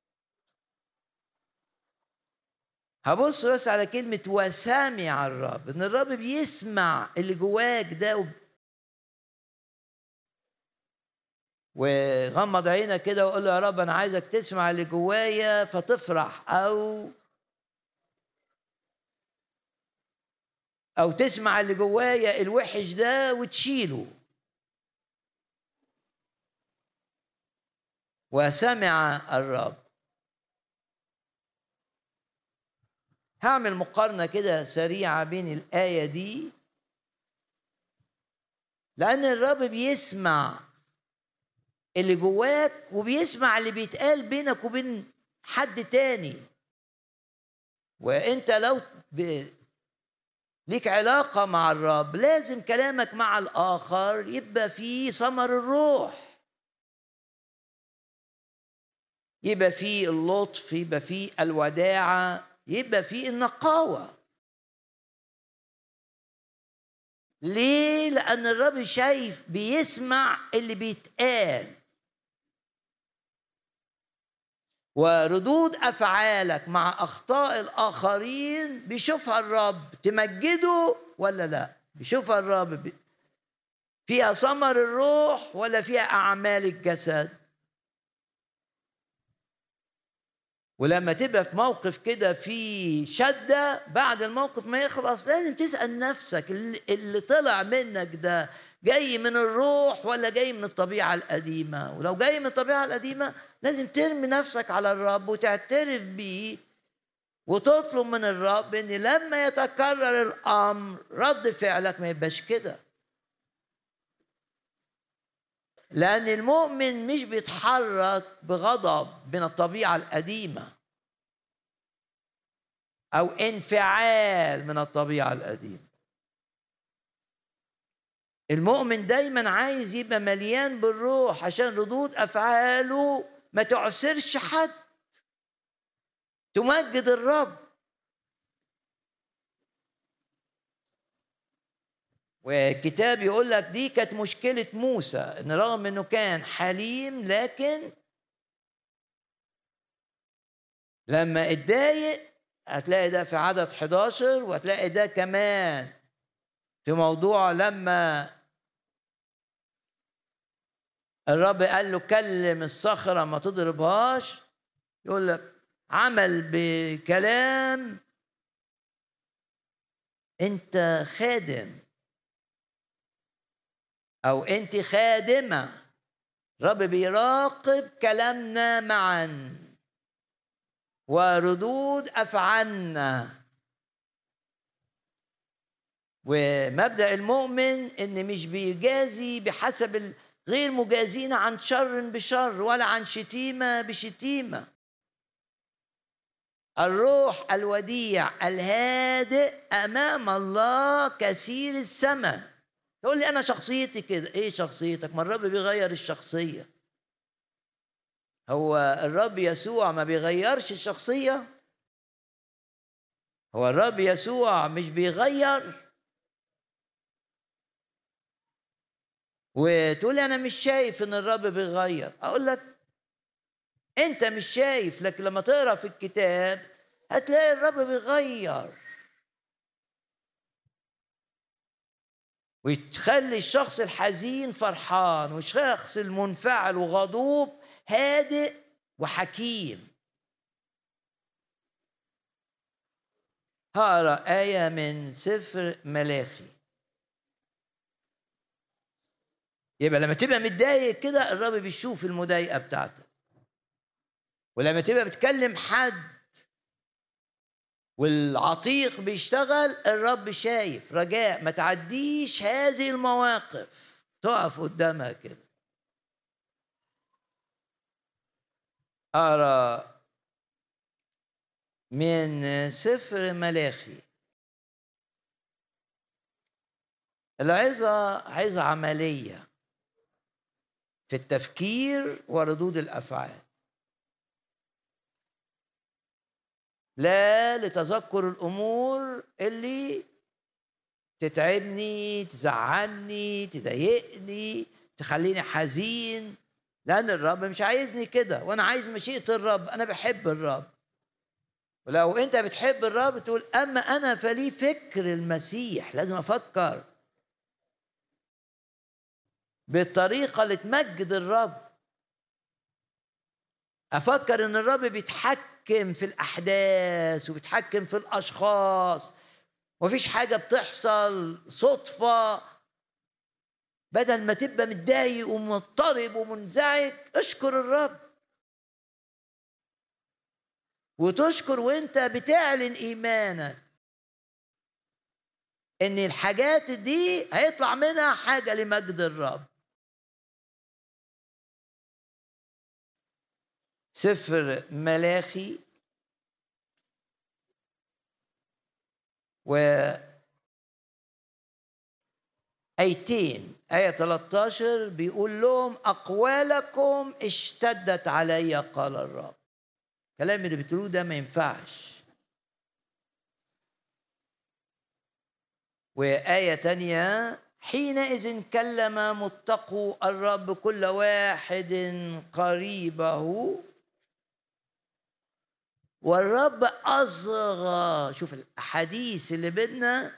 هبص بس على كلمة وسمع الرب، إن الرب بيسمع اللي جواك ده. وغمض عينك كده وقول له يا رب أنا عايزك تسمع اللي جوايا فتفرح، أو تسمع اللي جوايا الوحش ده وتشيله. وسمع الرب. هعمل مقارنة كده سريعة بين الآية دي، لأن الرب بيسمع اللي جواك وبيسمع اللي بيتقال بينك وبين حد تاني. وانت لو ليك علاقة مع الرب لازم كلامك مع الآخر يبقى فيه ثمر الروح، يبقى فيه اللطف، يبقى فيه الوداعة، يبقى فيه النقاوة. ليه؟ لأن الرب شايف بيسمع اللي بيتقال، وردود أفعالك مع أخطاء الآخرين بيشوفها الرب، تمجده ولا لا؟ بيشوفها الرب فيها ثمر الروح ولا فيها أعمال الجسد. ولما تبقى في موقف كده في شدة، بعد الموقف ما يخلص لازم تسأل نفسك اللي طلع منك ده جاي من الروح ولا جاي من الطبيعة القديمة. ولو جاي من الطبيعة القديمة لازم ترمي نفسك على الرب وتعترف بيه وتطلب من الرب ان لما يتكرر الامر رد فعلك ما يبقاش كده. لان المؤمن مش بيتحرك بغضب من الطبيعة القديمة او انفعال من الطبيعة القديمة. المؤمن دايما عايز يبقى مليان بالروح عشان ردود افعاله ما تعسرش حد، تمجد الرب. والكتاب يقول لك دي كانت مشكلة موسى، ان رغم انه كان حليم لكن لما اتضايق، هتلاقي ده في عدد 11، وهتلاقي ده كمان في موضوع لما الرب قال له كلم الصخرة ما تضربهاش، يقول لك عمل بكلام. انت خادم او انت خادمة، رب بيراقب كلامنا معا وردود افعالنا. ومبدأ المؤمن ان مش بيجازي بحسب غير مجازين عن شر بشر ولا عن شتيمة بشتيمة. الروح الوديع الهادئ امام الله كثير السماء. تقول لي انا شخصيتي كده. ايه شخصيتك؟ ما الرب بيغير الشخصية. هو الرب يسوع ما بيغيرش الشخصية؟ هو الرب يسوع مش بيغير؟ وتقول لي انا مش شايف ان الرب بيغير. اقول لك انت مش شايف، لكن لما تقرا في الكتاب هتلاقي الرب بيغير ويخلي الشخص الحزين فرحان والشخص المنفعل وغضوب هادئ وحكيم. هقرا آية من سفر ملاخي. يبقى لما تبقى متضايق كده الرب بيشوف المضايقة بتاعتك، ولما تبقى بتكلم حد والعتيق بيشتغل الرب شايف. رجاء ما تعديش هذه المواقف، تقف قدامها كده. أقرأ من سفر ملاخي. العظة عظة عملية في التفكير وردود الأفعال، لا لتذكر الأمور اللي تتعبني، تزعلني، تضايقني، تخليني حزين. لأن الرب مش عايزني كده، وأنا عايز مشيئة الرب. أنا بحب الرب. ولو أنت بتحب الرب تقول أما أنا فلي فكر المسيح. لازم أفكر بالطريقة اللي تمجد الرب. أفكر إن الرب بيتحكم في الأحداث وبيتحكم في الأشخاص، ومفيش حاجة بتحصل صدفة. بدل ما تبقى متضايق ومضطرب ومنزعج، اشكر الرب. وتشكر وانت بتعلن ايمانك ان الحاجات دي هيطلع منها حاجة لمجد الرب. سفر ملاخي آيتين. آية 13 بيقول لهم أقوالكم اشتدت علي قال الرب. الكلام اللي بتقولوه ده ما ينفعش. وآية تانية حينئذ كلم متقو الرب كل واحد قريبه والرب أصغى. شوف الأحاديث اللي بينا،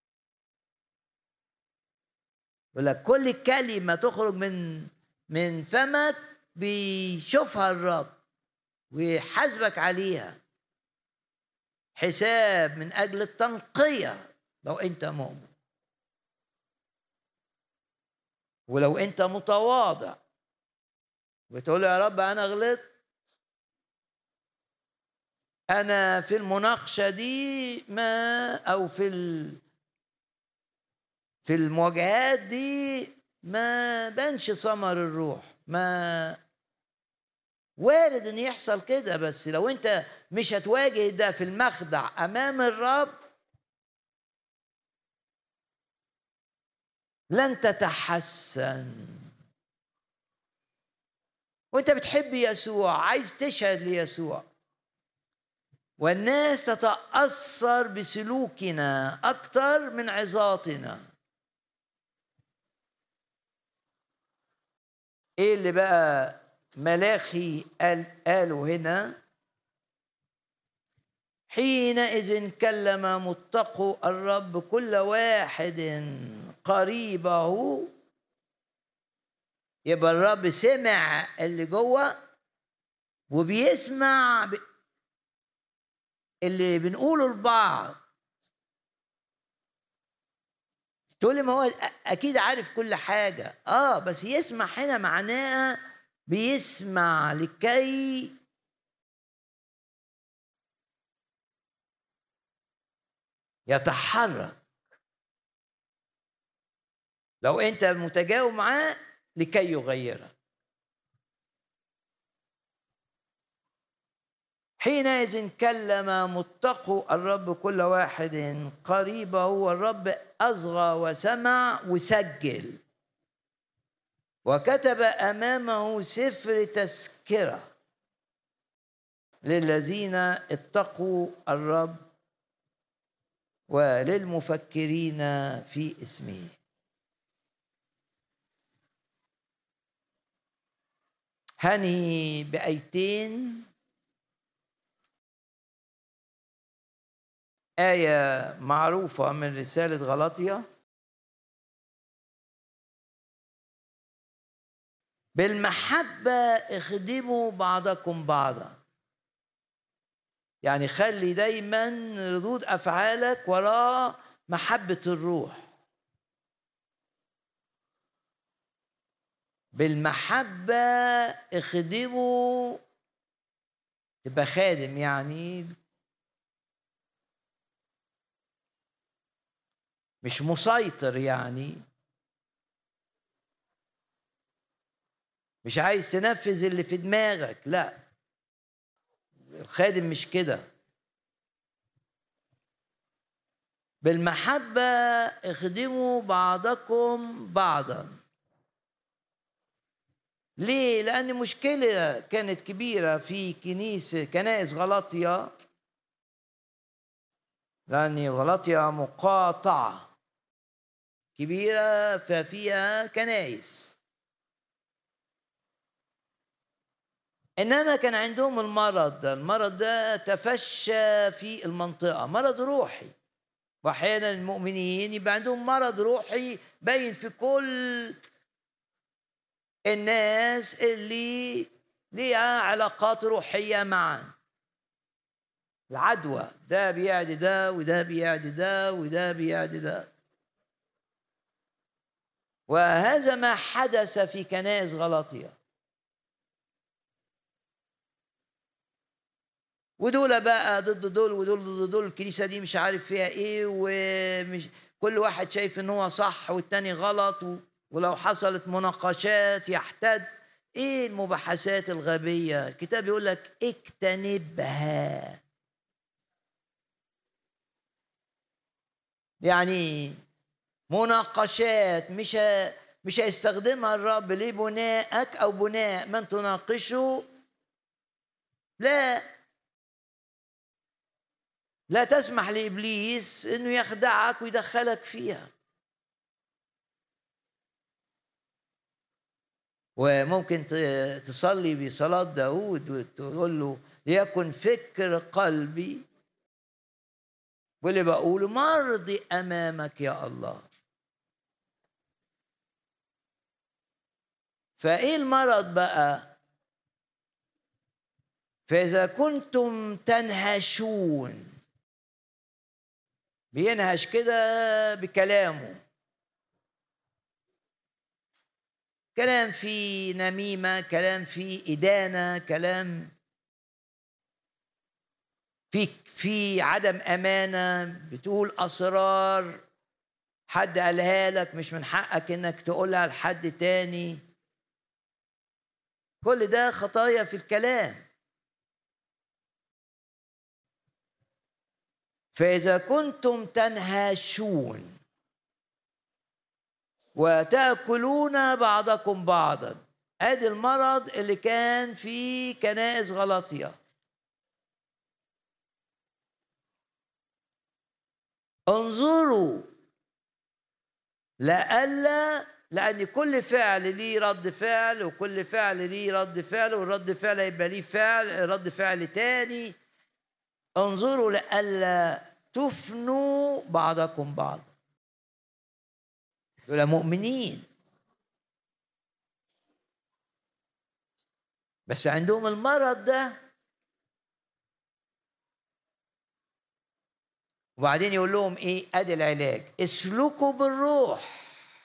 يقول لك كل كلمة تخرج من فمك بيشوفها الرب ويحاسبك عليها حساب من أجل التنقية لو أنت مؤمن. ولو انت متواضع بتقول يا رب انا غلطت، انا في المناقشه دي ما او في المواجهات دي ما بنش ثمر الروح، ما وارد ان يحصل كده، بس لو انت مش هتواجه ده في المخدع امام الرب لن تتحسن. وانت بتحب يسوع، عايز تشهد ليسوع، والناس تتأثر بسلوكنا أكتر من عظاتنا. إيه اللي بقى ملاخي قاله هنا؟ حينئذ كلم متقو الرب كل واحد قريبه. يبقى الرب سمع اللي جوه وبيسمع اللي بنقوله لبعض. تقول لي ما هو اكيد عارف كل حاجه، بس يسمع هنا معناه بيسمع لكي يتحرك. لو انت متجاوب معاه لكي يغيرك. حينئذ كلم متقو الرب كل واحد قريبه، والرب أصغى وسمع وسجل وكتب أمامه سفر تذكرة للذين اتقوا الرب وللمفكرين في اسمه. هنهي بآيتين. آية معروفة من رسالة غلاطيا: بالمحبة اخدموا بعضكم بعضا. يعني خلي دايما ردود أفعالك وراء محبة الروح. بالمحبة اخدموا، تبقى خادم يعني مش مسيطر، يعني مش عايز تنفذ اللي في دماغك، لا، الخادم مش كده. بالمحبة اخدموا بعضكم بعضا. ليه؟ لأن مشكلة كانت كبيرة في كنائس غلاطيا، لأن غلاطيا مقاطعة كبيرة ففيها كنائس، إنما كان عندهم المرض ده تفشى في المنطقة، مرض روحي. وأحيانا المؤمنين يبقى عندهم مرض روحي باين في كل الناس اللي ليها علاقات روحية معا. العدوى، ده بيعدي ده وده بيعدي ده وده بيعدي ده. وهذا ما حدث في كنائس غلاطيا. ودول بقى ضد دول ودول ضد دول، الكنيسة دي مش عارف فيها ايه، ومش كل واحد شايف ان هو صح والتاني غلط، ولو حصلت مناقشات يحتد. ايه المباحثات الغبية؟ الكتاب يقول لك اجتنبها. يعني مناقشات مش هيستخدمها الرب لبنائك او بناء من تناقشه. لا تسمح لابليس انه يخدعك ويدخلك فيها. وممكن تصلي بصلاة داود وتقول له ليكن فكر قلبي واللي بقوله مرضي أمامك يا الله. فإيه المرض بقى؟ فإذا كنتم تنهشون، بينهش كده بكلامه، كلام فيه نميمة، كلام فيه إدانة، كلام في عدم أمانة، بتقول أسرار حد قالها لك مش من حقك إنك تقولها لحد تاني. كل ده خطايا في الكلام. فإذا كنتم تنهاشون وتأكلون بعضكم بعضا، ادي المرض اللي كان في كنائس غلاطيا. انظروا لأن كل فعل ليه رد فعل، وكل فعل ليه رد فعل، والرد فعل يبقى ليه رد فعل تاني. انظروا لألا تفنوا بعضكم بعضا. دول مؤمنين بس عندهم المرض ده. وبعدين يقول لهم ايه؟ ادي العلاج، اسلكوا بالروح.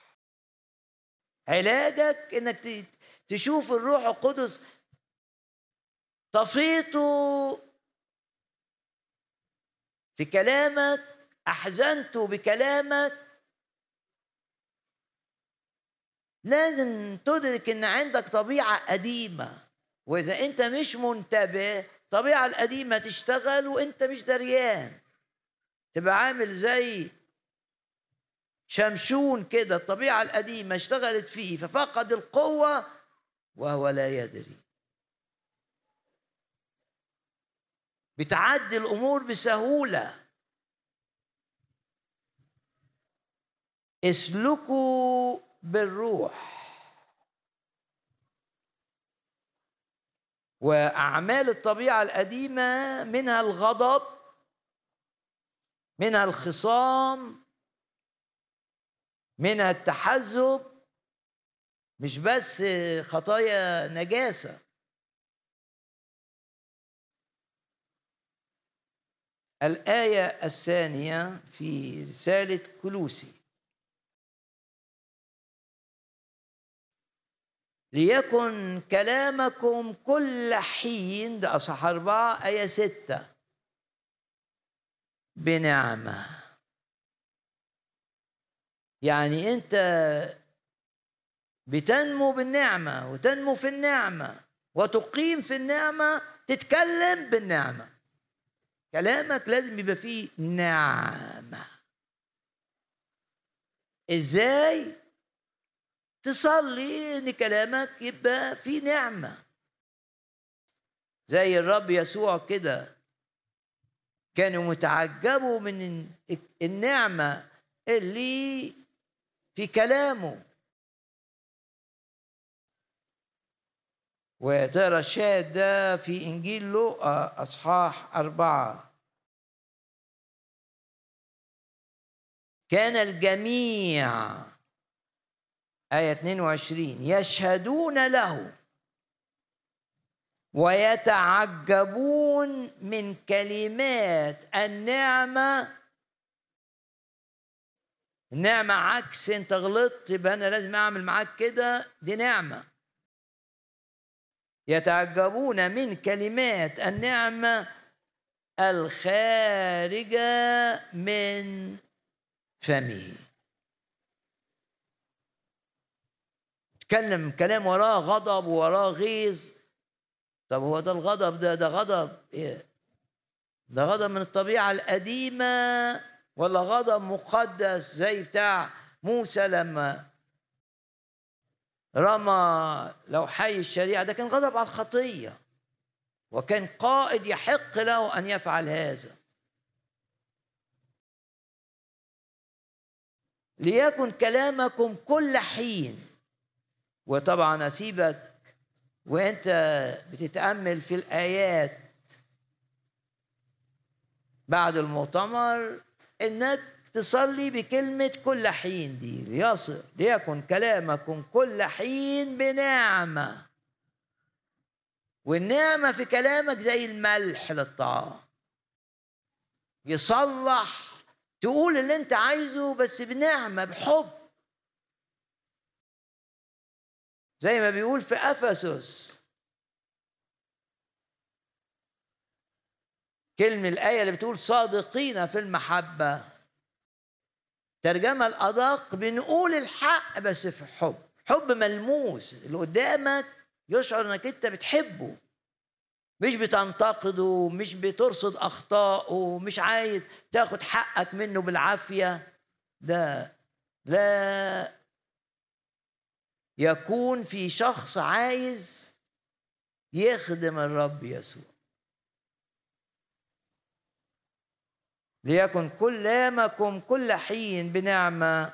علاجك انك تشوف الروح القدس طفيته في كلامك، احزنته بكلامك. لازم تدرك ان عندك طبيعة قديمة، واذا انت مش منتبه الطبيعة القديمة تشتغل وانت مش دريان. تبقى عامل زي شمشون كده، الطبيعة القديمة اشتغلت فيه ففقد القوة وهو لا يدري. بتعدي الأمور بسهولة. اسلكوا بالروح. وأعمال الطبيعة القديمة منها الغضب، منها الخصام، منها التحزب، مش بس خطايا نجاسة. الآية الثانية في رسالة كولوسي: ليكن كلامكم كل حين، ده أصحاح 4 آية 6، بنعمة. يعني أنت بتنمو بالنعمة وتنمو في النعمة وتقيم في النعمة، تتكلم بالنعمة. كلامك لازم يبقى فيه نعمة. إزاي؟ تصلي إن كلامك يبقى فيه نعمة زي الرب يسوع كده. كانوا متعجبوا من النعمة اللي في كلامه. وترى الشاهد ده في إنجيل لوقا أصحاح 4. كان الجميع، آية 22، يشهدون له ويتعجبون من كلمات النعمة. النعمة عكس انت غلطت يبقى انا لازم اعمل معاك كده، دي نعمة. يتعجبون من كلمات النعمة الخارجة من فمه. تكلم كلام وراه غضب ووراه غيظ. طب هو ده الغضب ده غضب ايه؟ ده غضب من الطبيعة القديمة ولا غضب مقدس زي بتاع موسى لما رمى لوحي الشريعة؟ ده كان غضب على الخطية، وكان قائد يحق له أن يفعل هذا. ليكن كلامكم كل حين. وطبعا أسيبك وأنت بتتأمل في الآيات بعد المؤتمر إنك تصلي بكلمة كل حين دي. ليكن كلامكم كل حين بنعمة. والنعمة في كلامك زي الملح للطعام، يصلح، تقول اللي انت عايزه بس بنعمة بحب. زي ما بيقول في أفسس، كلمة الآية اللي بتقول صادقين في المحبة، ترجمة الأدق بنقول الحق بس في حب ملموس، اللي قدامك يشعر انك انت بتحبه، مش بتنتقده، مش بترصد أخطائه، مش عايز تاخد حقك منه بالعافية. ده لا يكون في شخص عايز يخدم الرب يسوع. ليكن كلامكم كل حين بنعمة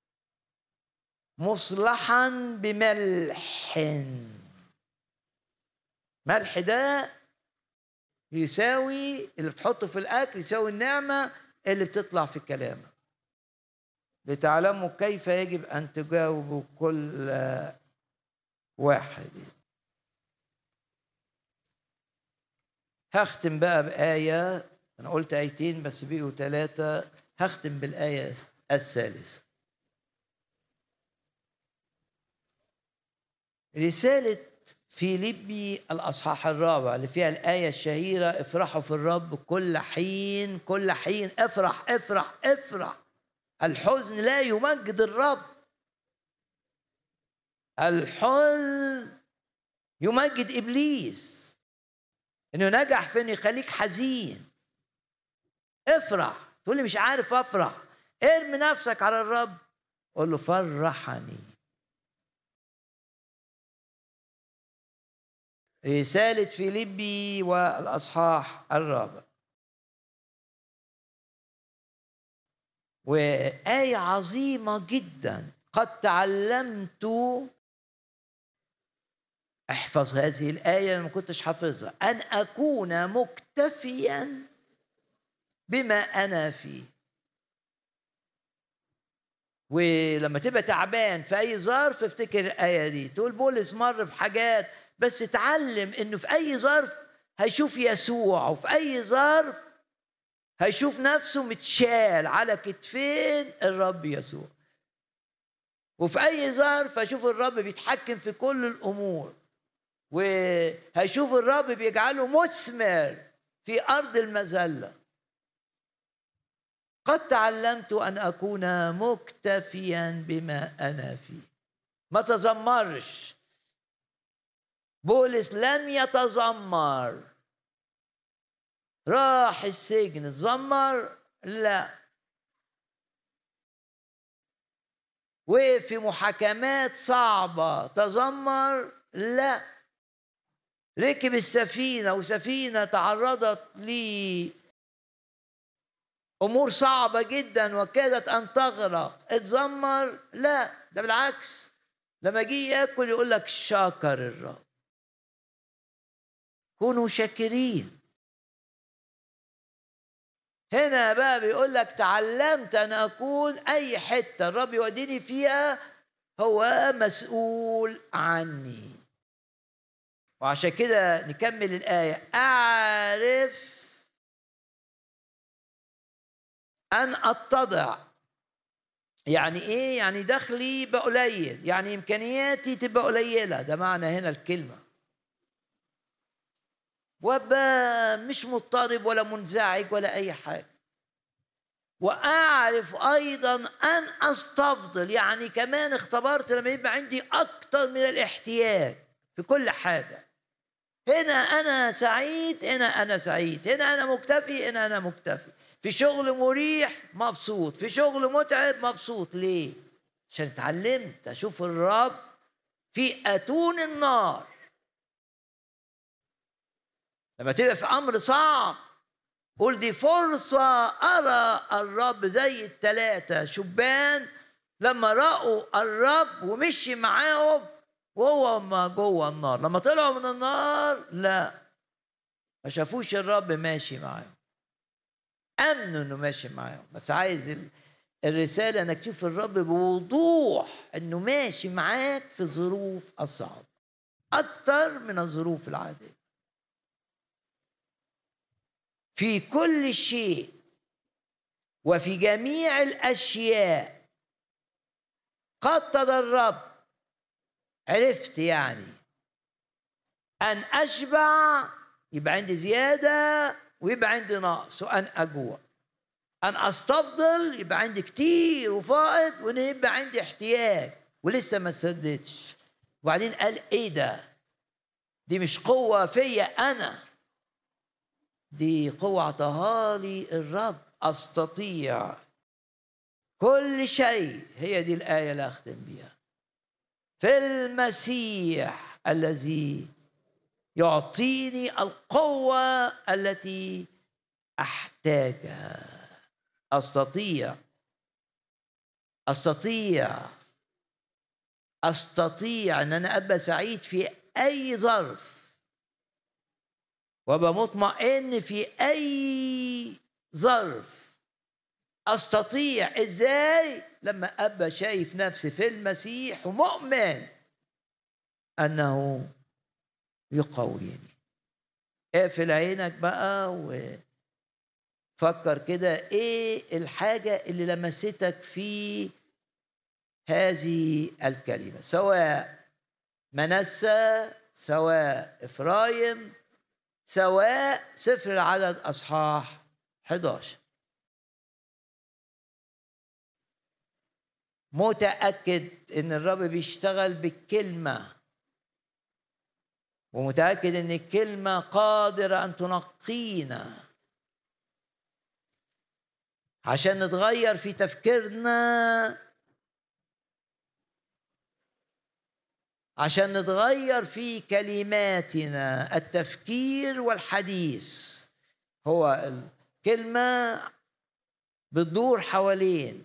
مصلحا بملح. ملح ده يساوي اللي بتحطه في الأكل، يساوي النعمة اللي بتطلع في كلامك، لتعلموا كيف يجب أن تجاوبوا كل واحد. هختم بقى بآية، أنا قلت آيتين بس بقوا 3، هختم بالآية الثالثة. رسالة فيليبي الأصحاح 4 اللي فيها الآية الشهيرة افرحوا في الرب كل حين. كل حين افرح افرح افرح. الحزن لا يمجد الرب، الحزن يمجد إبليس، إنه نجح في إنه يخليك حزين. افرح. تقول لي مش عارف أفرح، ارمي نفسك على الرب، قول له فرحني. رسالة فيليبي والأصحاح 4، وآية عظيمة جدا. قد تعلمت، احفظ هذه الآية أنا ما كنتش حافظها، أن أكون مكتفيا بما أنا فيه. ولما تبقى تعبان في أي ظرف افتكر الآية دي. تقول بولس مر بحاجات، بس اتعلم إنه في أي ظرف هيشوف يسوع، وفي أي ظرف هيشوف نفسه متشال على كتفين الرب يسوع، وفي أي ظرف هيشوف الرب بيتحكم في كل الأمور، وهيشوف الرب بيجعله مثمر في أرض المذلة. قد تعلمت أن أكون مكتفيا بما أنا فيه. ما تذمرش. بولس لم يتذمر. راح السجن تذمر؟ لا. وقف في محاكمات صعبة تذمر؟ لا. ركب السفينة وسفينة تعرضت لأمور صعبة جدا وكادت أن تغرق، اتذمر؟ لا. ده بالعكس، لما جه ياكل يقول لك شكر الرب. كونوا شاكرين. هنا بقى بيقول لك تعلمت أن أكون أي حتة الرب يوديني فيها هو مسؤول عني. وعشان كده نكمل الآية، أعرف أن أتضع. يعني إيه؟ يعني دخلي بقى قليل، يعني إمكانياتي تبقى قليلة، ده معنى هنا الكلمة. وابقى مش مضطرب ولا منزعج ولا أي حاجة. وأعرف أيضا أن أستفضل، يعني كمان اختبرت لما يبقى عندي أكتر من الاحتياج في كل حاجة. هنا أنا سعيد، هنا أنا سعيد، هنا أنا مكتفي، هنا أنا مكتفي. في شغل مريح مبسوط، في شغل متعب مبسوط. ليه؟ عشان اتعلمت أشوف الرب في أتون النار. لما تبقى في أمر صعب قول دي فرصة أرى الرب، زي ال3 شبان لما رأوا الرب ومشي معاهم وهو ما جوه النار. لما طلعوا من النار لا، ما شافوش الرب ماشي معاهم، أمنوا إنه ماشي معاهم. بس عايز الرسالة إنك تشوف الرب بوضوح إنه ماشي معاك في الظروف الصعبة أكتر من الظروف العادية. في كل شيء وفي جميع الأشياء قد تدربت عرفت يعني أن أشبع يبقى عندي زيادة ويبقى عندي نقص، وأن أجوع. أن أستفضل يبقى عندي كتير وفائض، وأن يبقى عندي احتياج ولسه ما تسددش. وبعدين قال إيه ده؟ دي مش قوة فيا أنا، دي قوة عطاها لي الرب. أستطيع كل شيء، هي دي الآية اللي أختم بيها، في المسيح الذي يعطيني القوة التي أحتاجها. أستطيع أن أنا أبقى سعيد في أي ظرف، وأبقى مطمئن في أي ظرف. أستطيع إزاي؟ لما أبقى شايف نفسي في المسيح ومؤمن أنه يقويني. اقفل عينك بقى وفكر كده، إيه الحاجة اللي لمستك في هذه الكلمة، سواء منسى، سواء إفرايم، سواء سفر العدد أصحاح 11. متأكد إن الرب بيشتغل بالكلمة، ومتأكد إن الكلمة قادرة أن تنقينا عشان نتغير في تفكيرنا، عشان نتغير في كلماتنا. التفكير والحديث، هو الكلمة بتدور حوالين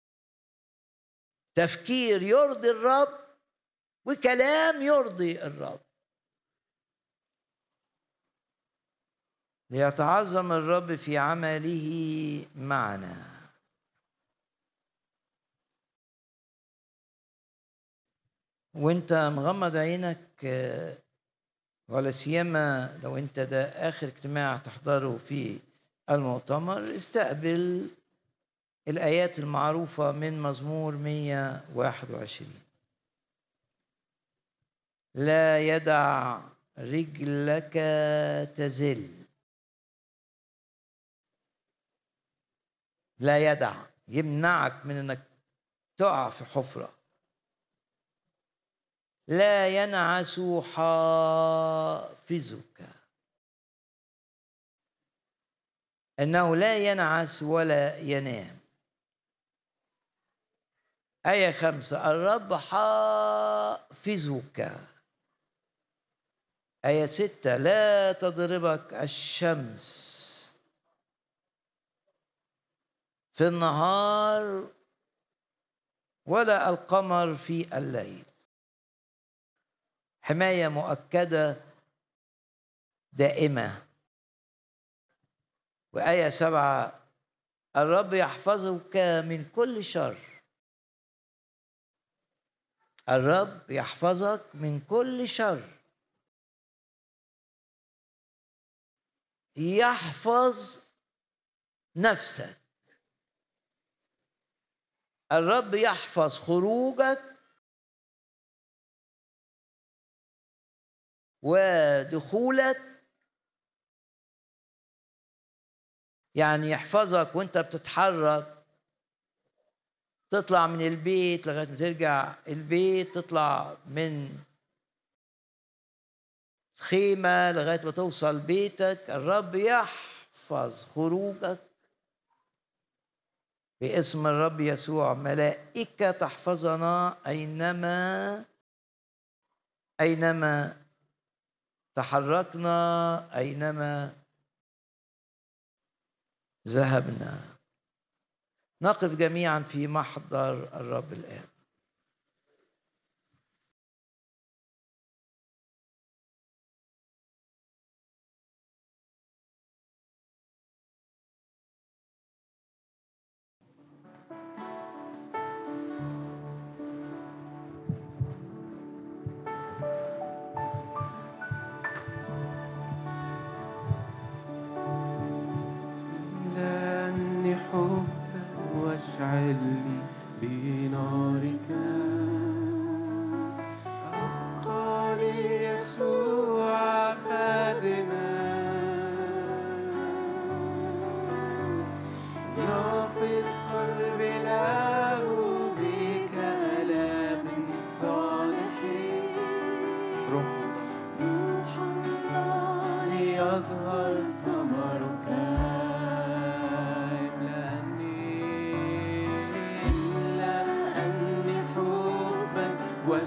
تفكير يرضي الرب وكلام يرضي الرب. ليتعظم الرب في عمله معنا. وانت مغمض عينك، ولا سيما لو انت ده اخر اجتماع تحضره في المؤتمر، استقبل الآيات المعروفة من مزمور 121. لا يدع رجلك تزل. لا يدع، يمنعك من انك تقع في حفرة. لا ينعس حافظك، انه لا ينعس ولا ينام. آية 5، الرب حافظك. آية 6، لا تضربك الشمس في النهار ولا القمر في الليل. حماية مؤكدة دائمة. وآية 7، الرب يحفظك من كل شر. الرب يحفظك من كل شر. يحفظ نفسك. الرب يحفظ خروجك ودخولك، يعني يحفظك وانت بتتحرك، تطلع من البيت لغاية ما ترجع البيت، تطلع من خيمة لغاية ما توصل بيتك. الرب يحفظ خروجك باسم الرب يسوع. ملائكة تحفظنا أينما تحركنا، أينما ذهبنا. نقف جميعا في محضر الرب الآن. حبا واشعلني بنار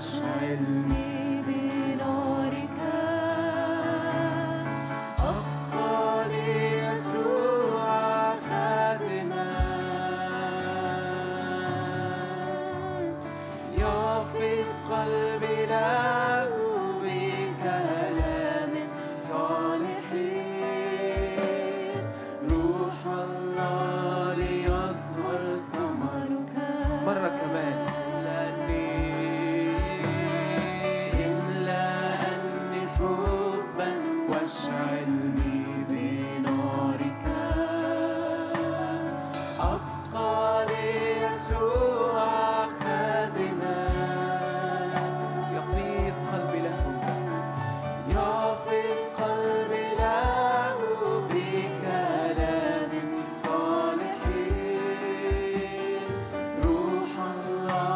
واشعلني بنارك. أبقى ليسوع خادما يفيض قلبي له بكلام صالحين. روح الله ليظهر ثمرك. مرة كمان املأني حبا واشعلني بنارك. أبقى ليسوع خادما يفيض قلبي له بكلام صالحين. روح الله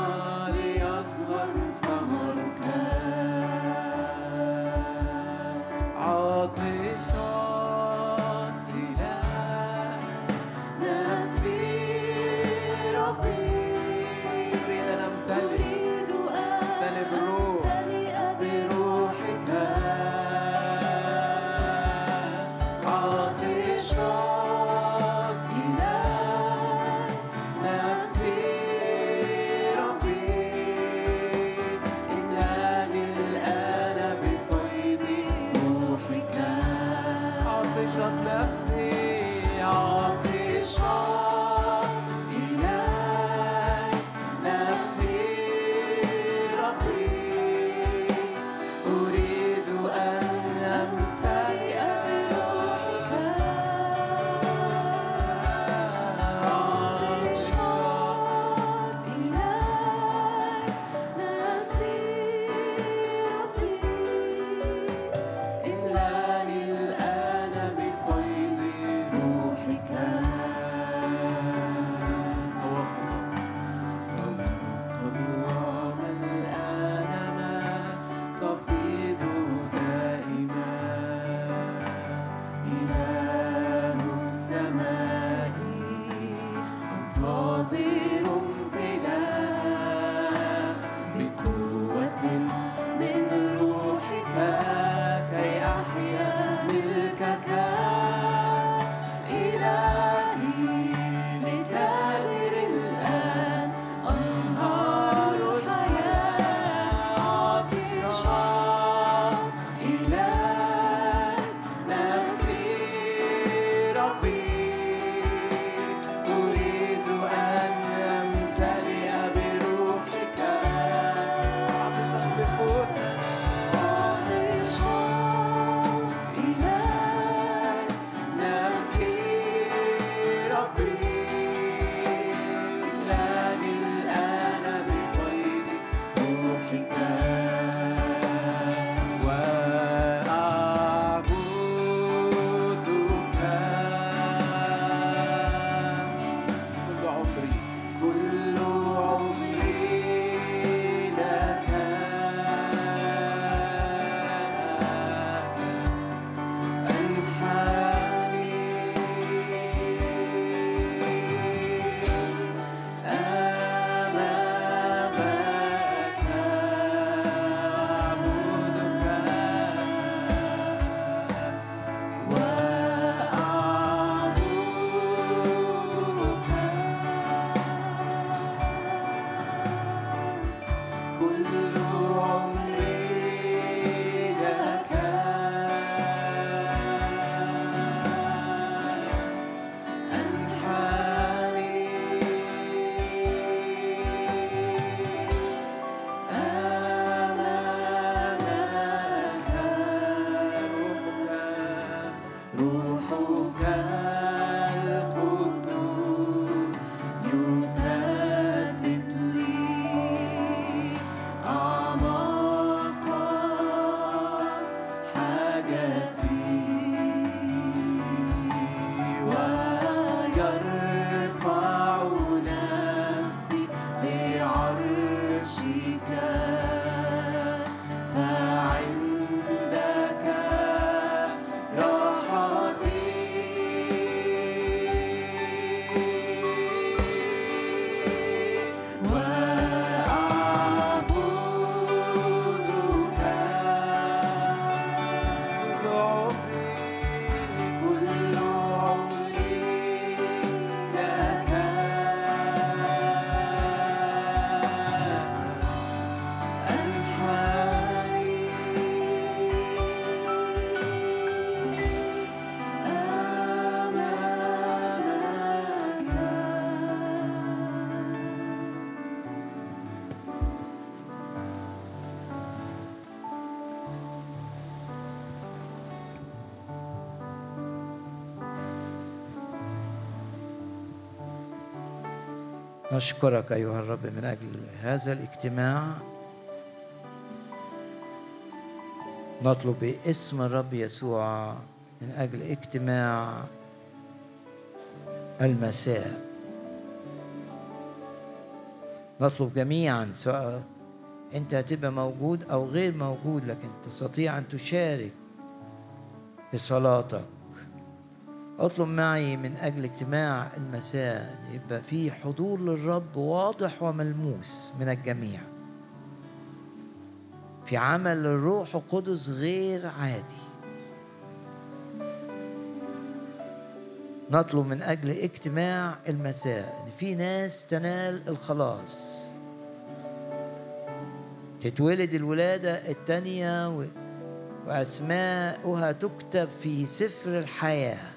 نشكرك أيها الرب من أجل هذا الاجتماع. نطلب باسم الرب يسوع من أجل اجتماع المساء. نطلب جميعا، سواء أنت هتبقى موجود أو غير موجود، لكن تستطيع أن تشارك بصلاتك. اطلب معي من أجل اجتماع المساء يبقى فيه حضور للرب واضح وملموس من الجميع، في عمل الروح القدس غير عادي. نطلب من أجل اجتماع المساء إن في ناس تنال الخلاص، تتولد الولادة التانية وأسماؤها تكتب في سفر الحياة.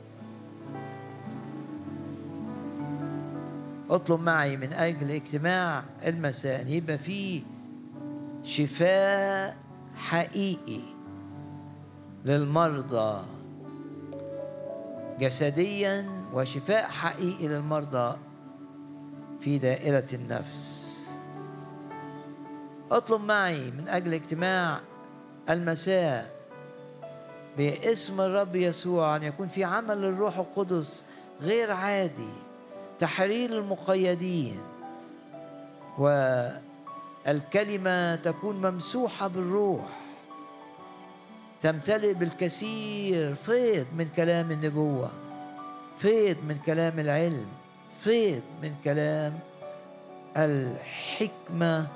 اطلب معي من أجل اجتماع المساء إن يبقى فيه شفاء حقيقي للمرضى جسديا، وشفاء حقيقي للمرضى في دائرة النفس. اطلب معي من أجل اجتماع المساء باسم الرب يسوع أن يكون في عمل للروح القدس غير عادي، تحرير المقيدين، والكلمة تكون ممسوحة بالروح، تمتلئ بالكثير، فيض من كلام النبوة، فيض من كلام العلم، فيض من كلام الحكمة.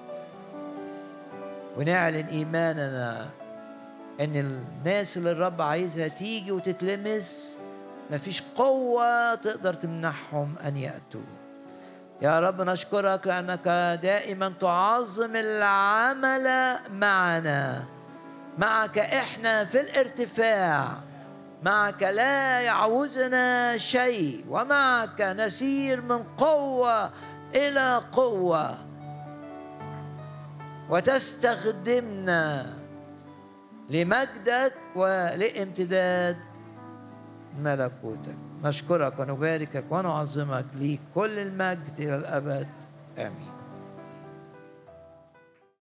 ونعلن إيماننا أن الناس اللي الرب عايزها تيجي وتتلمس مفيش قوة تقدر تمنحهم أن يأتوا. يا رب نشكرك لأنك دائما تعظم العمل معنا. معك إحنا في الارتفاع، معك لا يعوزنا شيء، ومعك نسير من قوة إلى قوة، وتستخدمنا لمجدك ولامتداد ملكوتك. نشكرك ونباركك ونعظمك، ليك كل المجد إلى الأبد. آمين.